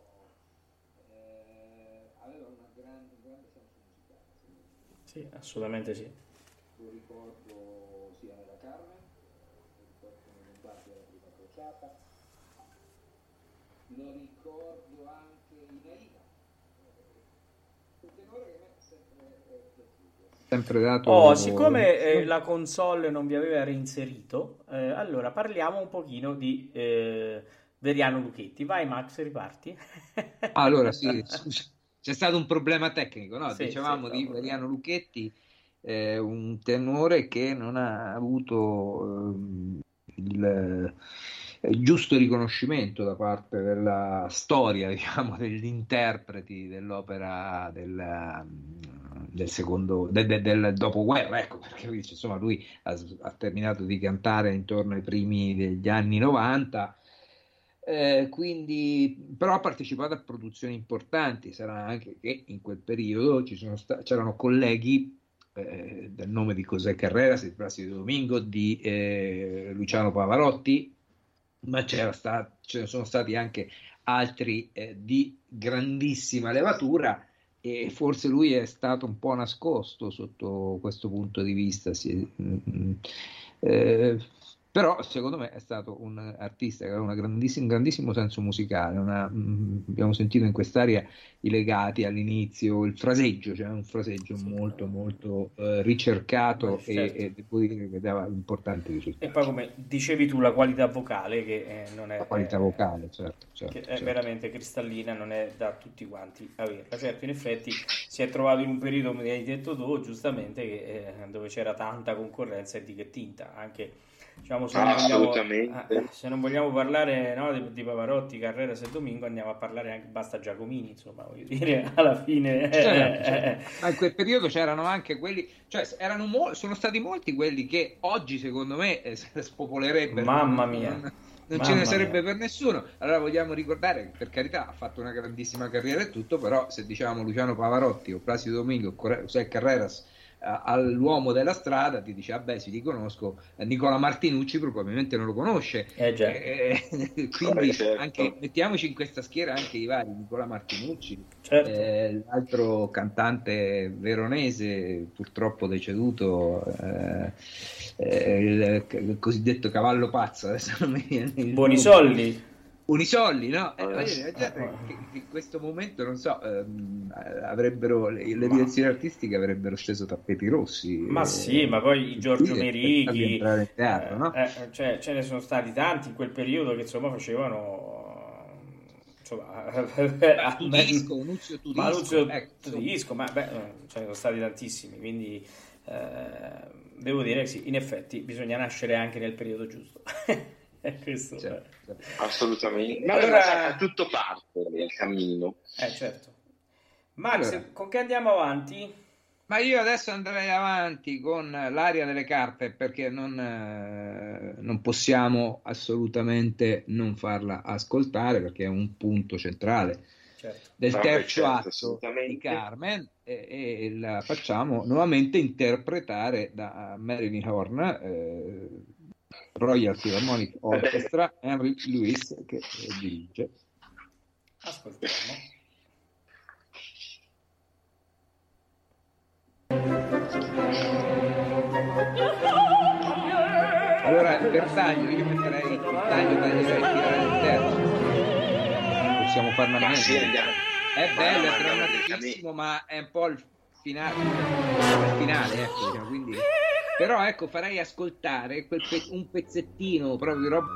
eh, aveva una grande, un grande senso musicale. Sì, assolutamente sì. Lo ricordo sia nella Carmen, lo ricordo nel Lombardi della prima crociata, lo ricordo anche in Aida. Un tenore che a me è sempre eh, piaciuto. Sempre dato. Oh, siccome eh, la console non vi aveva reinserito, eh, allora parliamo un pochino di eh, Veriano Luchetti. Vai Max, riparti. Allora sì, c'è stato un problema tecnico, no? Sì, Dicevamo sì, di no, Veriano Luchetti, eh, un tenore che non ha avuto eh, il, il giusto riconoscimento da parte della storia, diciamo, degli interpreti dell'opera del, del secondo del, del, del dopoguerra, ecco, perché insomma lui ha, ha terminato di cantare intorno ai primi degli anni novanta. Eh, quindi però ha partecipato a produzioni importanti. Sarà anche che in quel periodo ci sono sta- c'erano colleghi eh, del nome di José Carreras, di Plácido Domingo, di eh, Luciano Pavarotti, ma c'era sta- ce ne sono stati anche altri eh, di grandissima levatura, e forse lui è stato un po' nascosto sotto questo punto di vista. Sì. Mm, eh, Però secondo me è stato un artista che aveva una grandissimo, un grandissimo senso musicale. Una, mh, abbiamo sentito in quest'aria i legati all'inizio, il fraseggio, cioè un fraseggio sì, molto molto eh, ricercato e, certo. e devo dire che dava importanti risultati. E poi come dicevi tu, la qualità vocale che eh, non è... La qualità vocale, certo. certo che è certo. veramente cristallina, non è da tutti quanti averla. Certo, in effetti si è trovato in un periodo, come hai detto tu, giustamente, che, eh, dove c'era tanta concorrenza e di che tinta, anche... Diciamo, se, ah, non vogliamo, eh, se non vogliamo parlare no, di, di Pavarotti, Carreras e Domingo, andiamo a parlare anche basta Giacomini, insomma, voglio dire, alla fine certo, certo. Ma in quel periodo c'erano anche quelli, cioè erano mo- sono stati molti quelli che oggi secondo me eh, spopolerebbero. Mamma mia, non, non Mamma ce ne sarebbe mia. per nessuno. Allora vogliamo ricordare che per carità ha fatto una grandissima carriera e tutto, però se diciamo Luciano Pavarotti o Plácido Domingo o José Carreras all'uomo della strada ti dice vabbè sì li conosco, Nicola Martinucci probabilmente non lo conosce, eh già. Eh, quindi oh, certo. anche, mettiamoci in questa schiera anche i vari Nicola Martinucci, certo. eh, l'altro cantante veronese purtroppo deceduto, eh, eh, il, il cosiddetto cavallo pazzo, adesso non mi viene il Bonisolli. Unisolli, no? Eh, voglio dire, che, che in questo momento, non so, ehm, avrebbero le, le direzioni artistiche avrebbero steso tappeti rossi. Ma eh, sì, ma poi Giorgio Merighi, in teatro, eh, no? eh, cioè, ce ne sono stati tanti in quel periodo che insomma facevano insomma Tudisco, Nunzio Tudisco, ma Nunzio ecco, Tudisco, ma beh, ce ne sono stati tantissimi, quindi eh, devo dire che sì, in effetti bisogna nascere anche nel periodo giusto. È questo, certo, certo. Assolutamente. Ma allora a tutto parte il cammino. Eh certo. Max, allora, con che andiamo avanti? Ma io adesso andrei avanti con l'aria delle carpe, perché non, eh, non possiamo assolutamente non farla ascoltare, perché è un punto centrale certo. del terzo certo, atto di Carmen, e, e la facciamo nuovamente interpretare da Marilyn Horne, eh, Royal Philharmonic Orchestra, Henry Lewis che dirige. Ascoltiamo. Allora per taglio io metterei il taglio, taglierei tirare il terzo. Possiamo farla meglio. È bello, è drammaticissimo, ma è un po' il finale, il finale, ecco, diciamo, quindi... Però ecco, farei ascoltare quel pe- un pezzettino proprio di roba.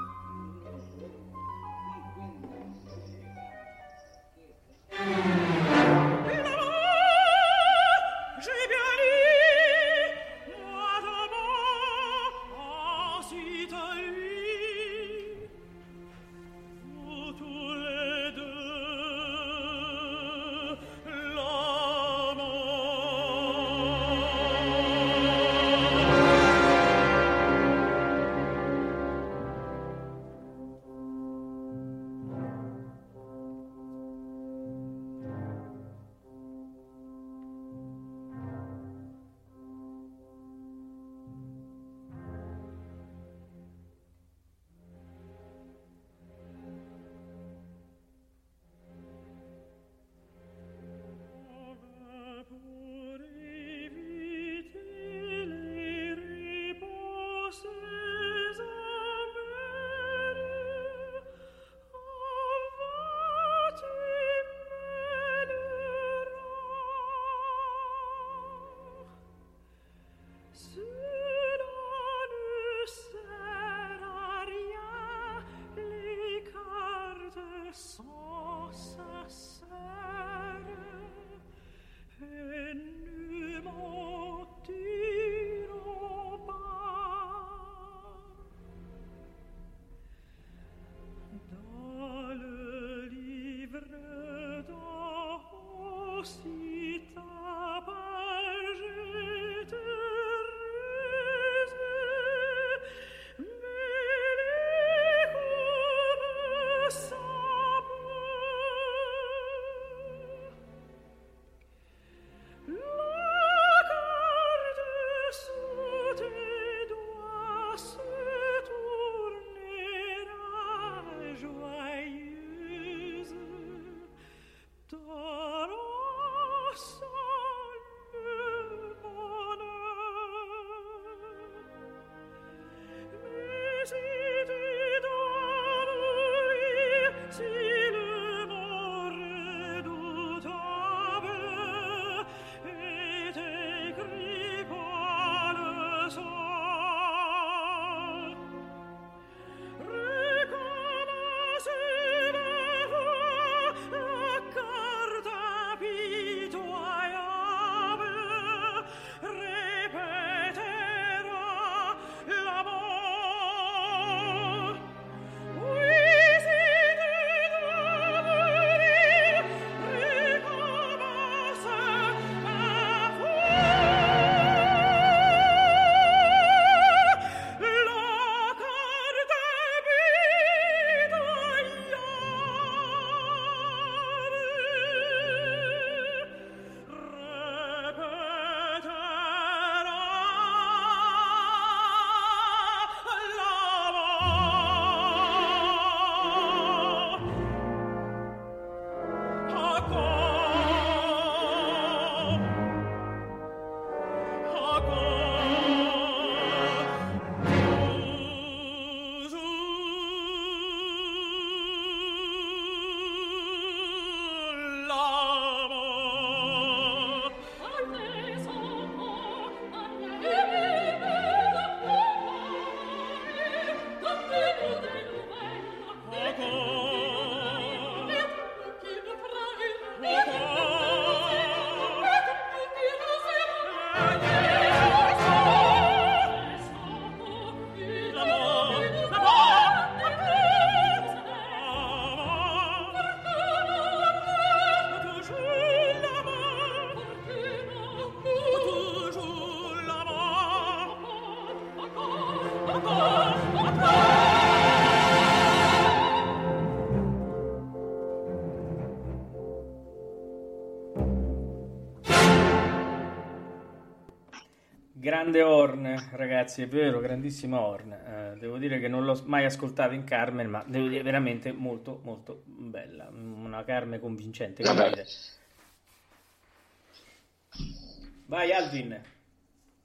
Grande Horn, ragazzi, è vero, grandissima Horn. Eh, devo dire che non l'ho mai ascoltata in Carmen, ma devo dire veramente molto, molto bella. Una Carmen convincente. Come dire. Vai, Alvin.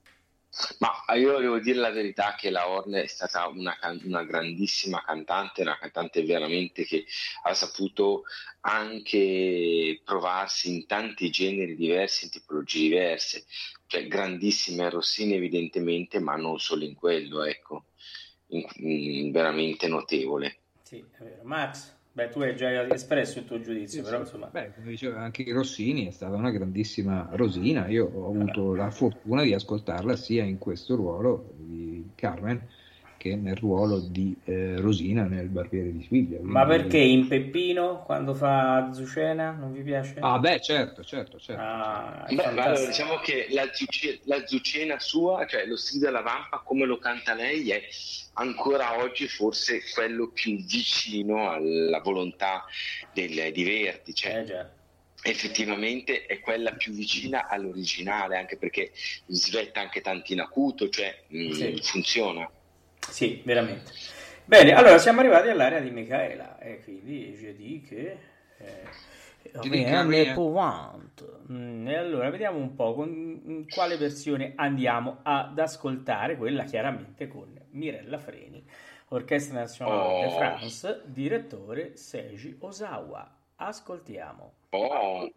Ma io devo dire la verità che la Horn è stata una, can- una grandissima cantante, una cantante veramente che ha saputo anche provarsi in tanti generi diversi, in tipologie diverse, cioè grandissima Rossini evidentemente, ma non solo in quello, ecco, in- in- veramente notevole. Sì, è vero. Max, beh, tu hai già espresso il tuo giudizio, Sì, però sì. insomma... Beh, come diceva anche Rossini, è stata una grandissima Rosina. Io ho avuto la fortuna di ascoltarla sia in questo ruolo di Carmen che nel ruolo di eh, Rosina nel Barbiere di Siviglia. Ma quindi- perché in Peppino, quando fa Azucena, non vi piace? Ah, beh, certo, certo, certo. Ah, è Beh, ma allora fantastico. diciamo che la, zuce- la zucena sua, cioè lo stile della vampa, come lo canta lei, è ancora oggi forse quello più vicino alla volontà del- di Verdi, cioè Eh già. effettivamente è quella più vicina all'originale, anche perché svetta anche tanto in acuto, cioè mh, Sì. funziona. Sì, veramente. Bene, allora siamo arrivati all'area di Michaela e quindi je dis che eh, rien n'est pouvante. Mm, e allora vediamo un po' con in quale versione andiamo ad ascoltare, quella chiaramente con Mirella Freni, Orchestra Nazionale de Oh. France, direttore Seiji Ozawa. Ascoltiamo. Oh.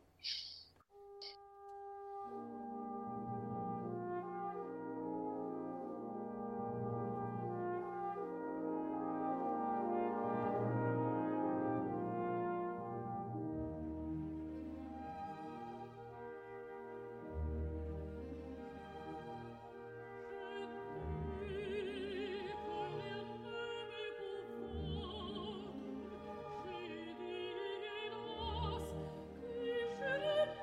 Je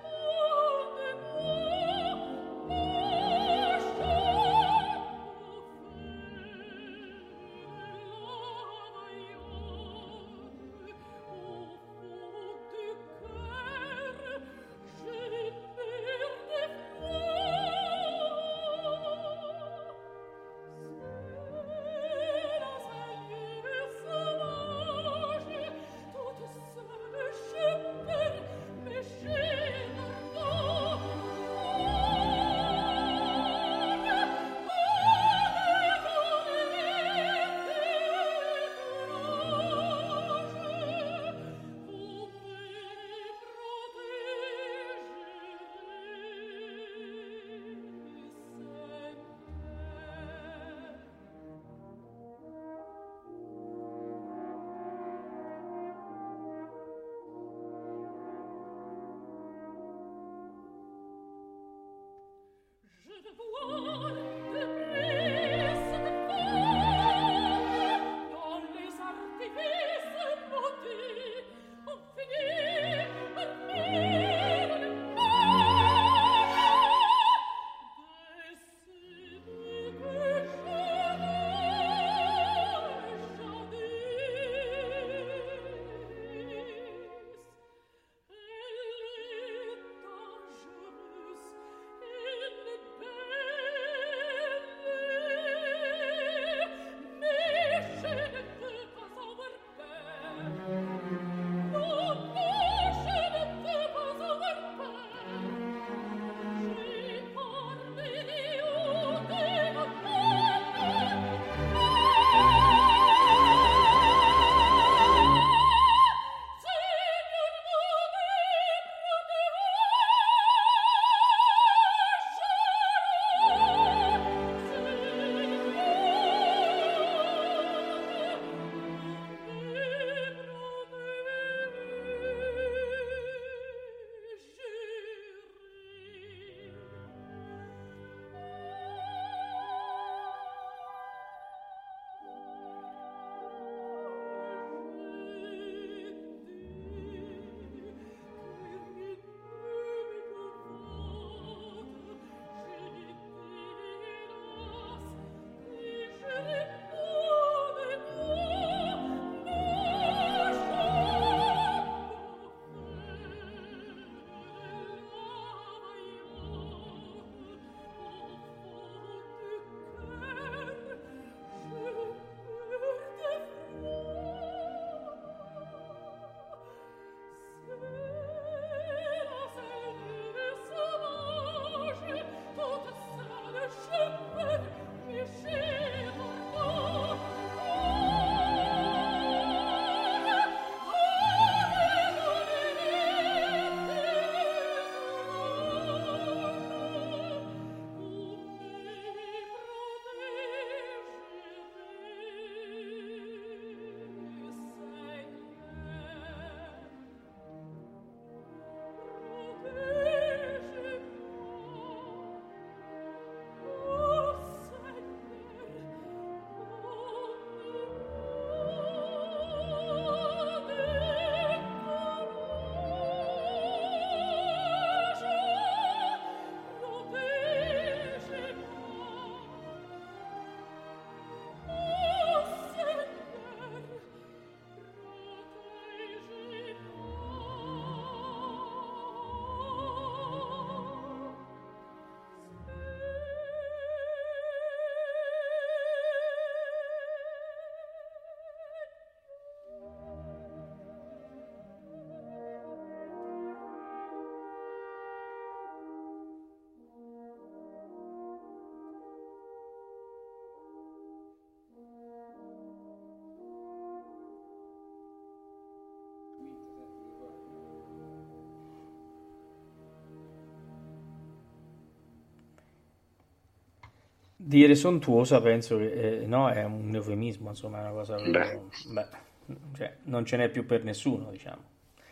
Dire sontuosa penso che eh, no, è un eufemismo, insomma, è una cosa proprio, beh, cioè, non ce n'è più per nessuno, diciamo.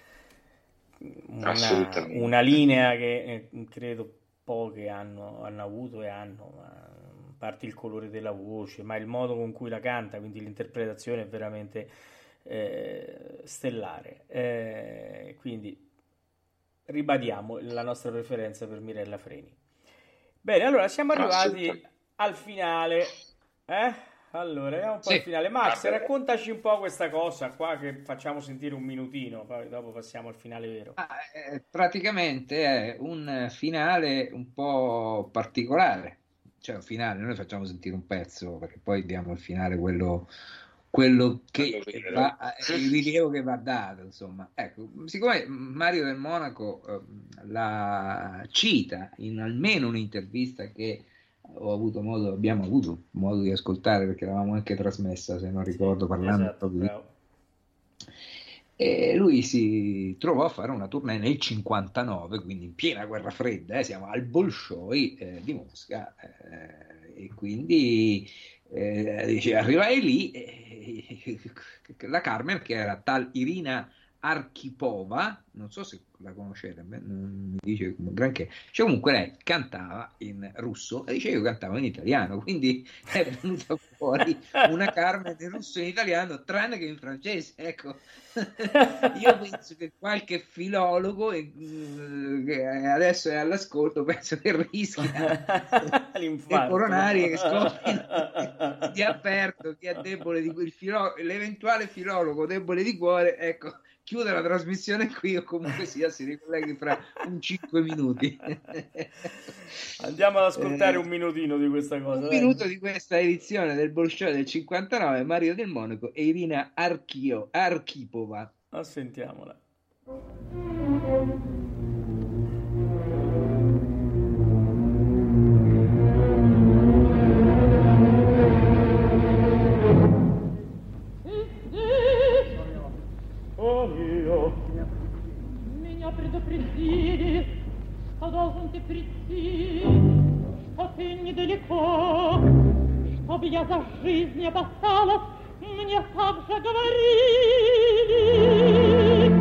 Una, una linea che eh, credo poche hanno, hanno avuto e hanno, ma, a parte il colore della voce, ma il modo con cui la canta, quindi l'interpretazione è veramente eh, stellare. Eh, quindi ribadiamo la nostra preferenza per Mirella Freni. Bene, allora siamo arrivati al finale, eh? Allora, andiamo un po' sì. al finale. Max, ah, raccontaci un po' questa cosa qua che facciamo sentire un minutino, poi dopo passiamo al finale vero. Ah, eh, praticamente è un finale un po' particolare, cioè un finale, noi facciamo sentire un pezzo perché poi diamo il finale quello, quello che va, il rilievo che va dato, insomma. Ecco, siccome Mario del Monaco eh, la cita in almeno un'intervista che ho avuto modo, abbiamo avuto modo di ascoltare perché l'avevamo anche trasmessa, se non ricordo, parlando esatto, proprio di... E lui si trovò a fare una tournée nel cinquantanove, quindi in piena guerra fredda, eh, siamo al Bolshoi eh, di Mosca, eh, e quindi eh, dice, arrivai lì, eh, la Carmen, che era tal Irina Archipova, non so se la conoscete, non mi dice granché, cioè, comunque lei cantava in russo e dice io cantavo in italiano, quindi è venuta fuori una Carmen in russo e in italiano, tranne che in francese, ecco. Io penso che qualche filologo eh, che adesso è all'ascolto penso che rischia le coronarie che scoppino. Ti avverto, chi è debole di quel filo- l'eventuale filologo debole di cuore, ecco, chiude la trasmissione qui o comunque sia si ricolleghi fra un cinque minuti. Andiamo ad ascoltare eh, un minutino di questa cosa. Un dai. minuto di questa edizione del Bolshoi del cinquantanove, Mario del Monaco e Irina Archio, Archipova. Ah, sentiamola. Oh mio, меня предупредили, что должен ты прийти, что ты недалеко, чтоб я за жизнь опасалась, мне так же говорили.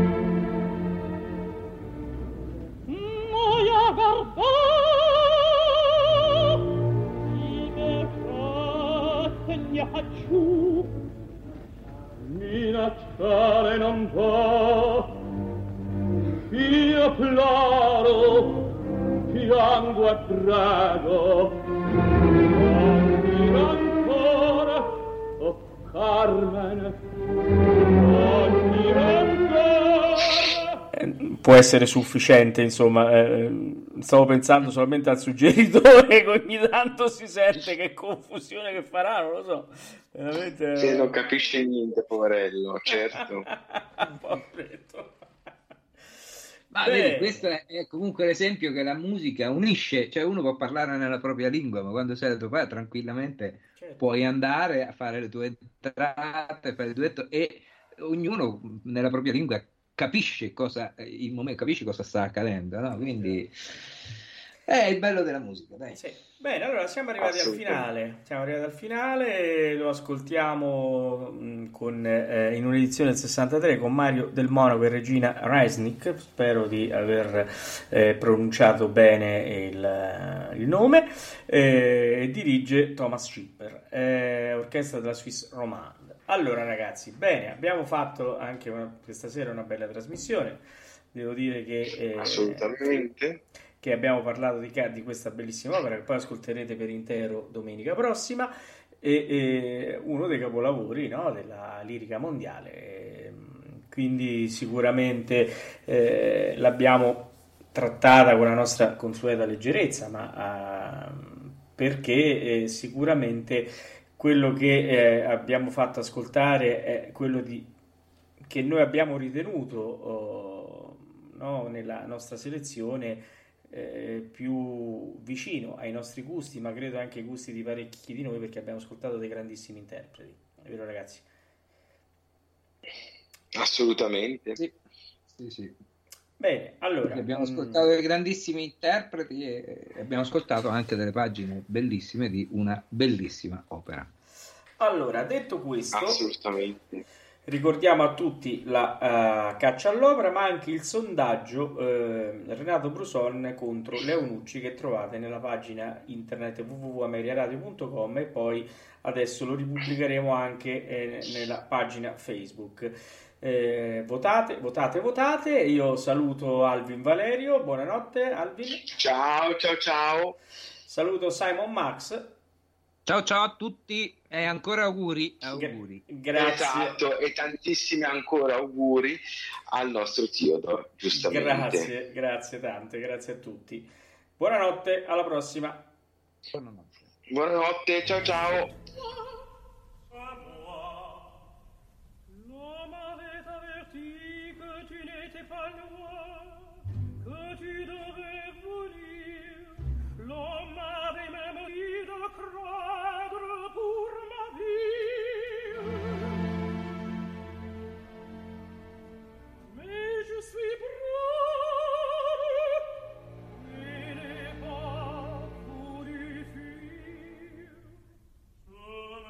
Но я горда и бежать не хочу. Minacciare non va, io ploro, piango e prego, non ancora, oh Carmen, non ancora. Può essere sufficiente, insomma, eh, stavo pensando solamente al suggeritore che ogni tanto si sente, che confusione che farà, non lo so. Veramente... Che non capisce niente, poverello, certo. Poveretto. Ma vedi, questo è, è comunque l'esempio che la musica unisce, cioè uno può parlare nella propria lingua, ma quando sei da tuo padre tranquillamente certo. Puoi andare a fare le tue entrate, fare il duetto e ognuno nella propria lingua capisce cosa il momento, capisce cosa sta accadendo, no? Quindi è il bello della musica, dai. Sì. Bene, allora siamo arrivati al finale. Siamo arrivati al finale, lo ascoltiamo mh, con, eh, in un'edizione del sessantatré con Mario del Monaco e Regina Reisnick. Spero di aver eh, pronunciato bene il, il nome. Eh, dirige Thomas Schipper, eh, orchestra della Swiss Romande. Allora ragazzi, bene, abbiamo fatto anche una, questa sera una bella trasmissione. Devo dire che eh, assolutamente che abbiamo parlato di, di questa bellissima opera che poi ascolterete per intero domenica prossima e, e uno dei capolavori, no, della lirica mondiale, e, quindi sicuramente eh, l'abbiamo trattata con la nostra consueta leggerezza, ma uh, perché eh, sicuramente quello che eh, abbiamo fatto ascoltare è quello di, che noi abbiamo ritenuto oh, no, nella nostra selezione eh, più vicino ai nostri gusti, ma credo anche ai gusti di parecchi di noi, perché abbiamo ascoltato dei grandissimi interpreti, è vero ragazzi? Assolutamente sì, sì, sì. Bene, allora abbiamo ascoltato dei grandissimi interpreti e abbiamo ascoltato anche delle pagine bellissime di una bellissima opera. Allora, detto questo, assolutamente, ricordiamo a tutti la uh, caccia all'opera, ma anche il sondaggio uh, Renato Bruson contro Leo Nucci, che trovate nella pagina internet w w w punto ameriaradio punto com, e poi adesso lo ripubblicheremo anche eh, nella pagina Facebook. Eh, votate, votate, votate. Io saluto Alvin Valerio, buonanotte Alvin. Ciao, ciao, ciao. Saluto Simon Max. Ciao ciao a tutti e ancora auguri. auguri. Grazie. Esatto, e tantissimi ancora auguri al nostro Teodoro, giustamente. Grazie, grazie tante, grazie a tutti. Buonanotte, alla prossima. Buonanotte. Buonanotte, ciao ciao. Sono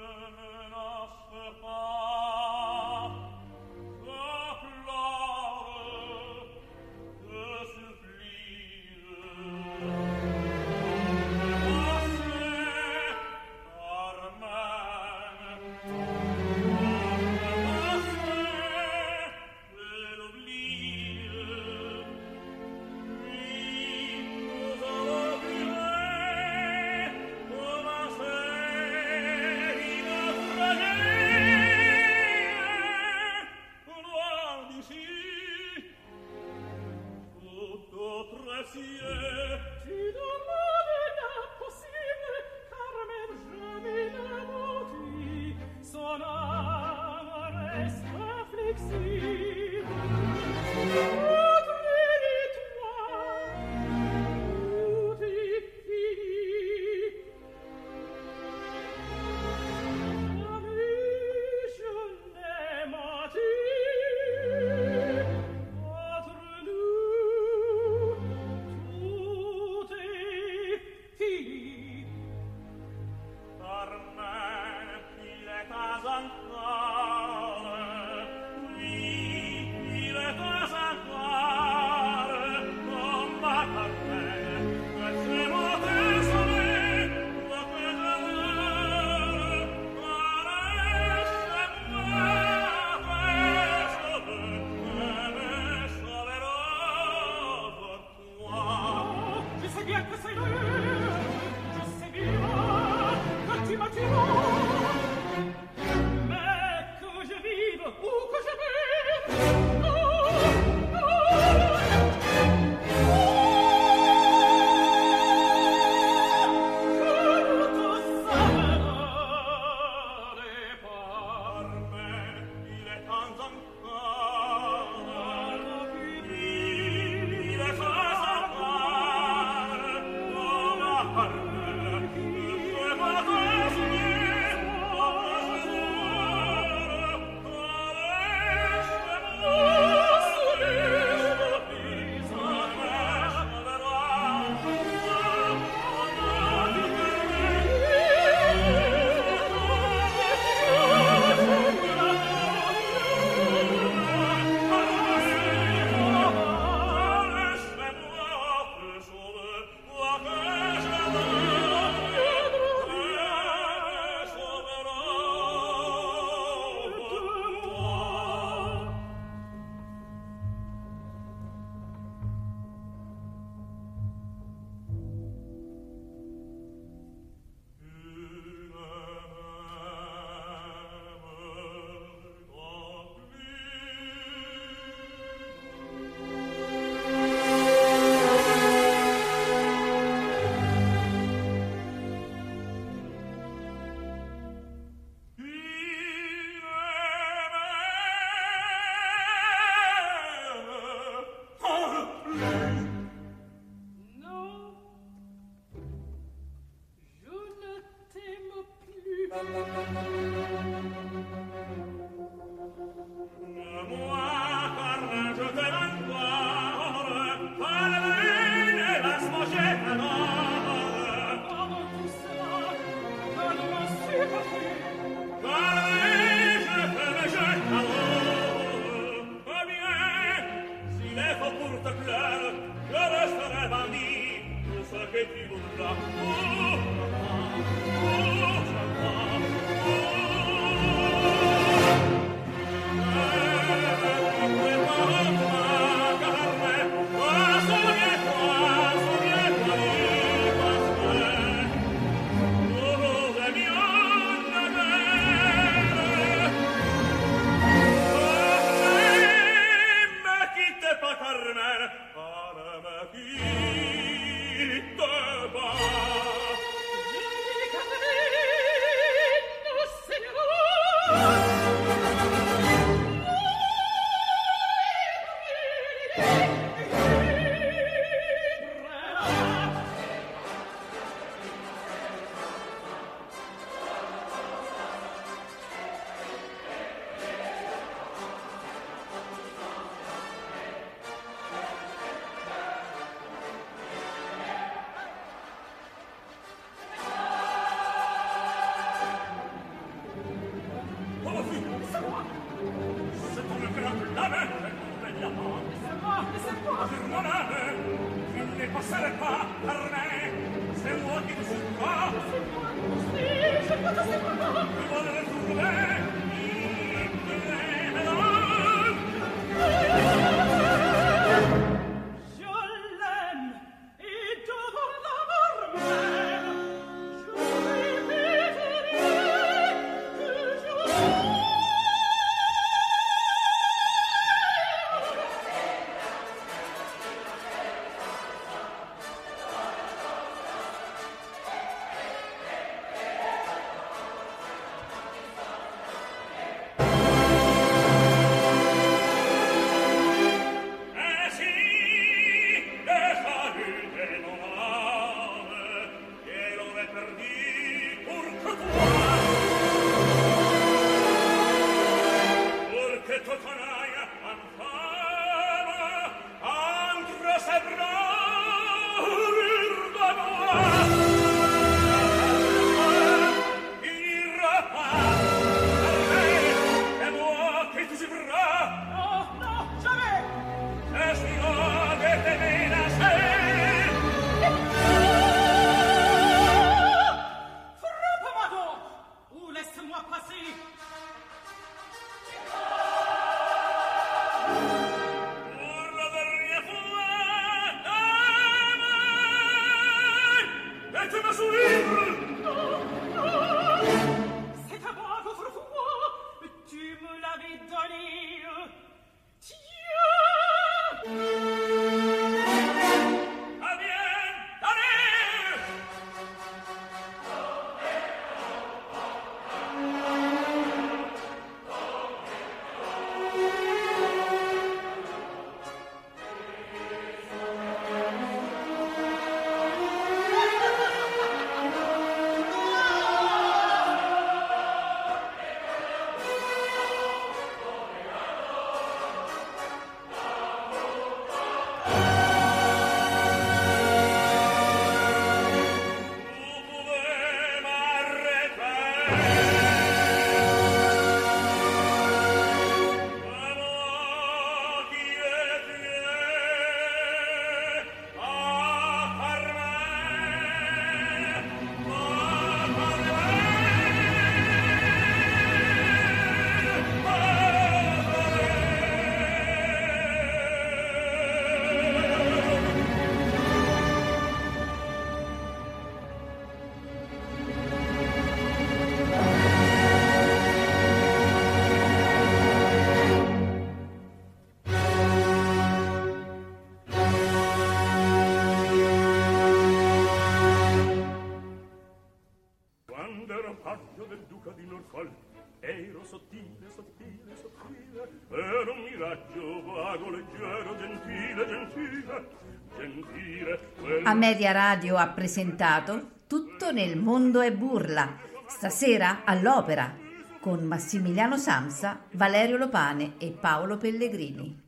ero sottile, sottile, sottile, ero un miraggio vago, leggero, gentile, gentile, gentile. Quella... A Media Radio ha presentato Tutto nel mondo è burla, stasera all'Opera, con Massimiliano Samsa, Valerio Lopane e Paolo Pellegrini.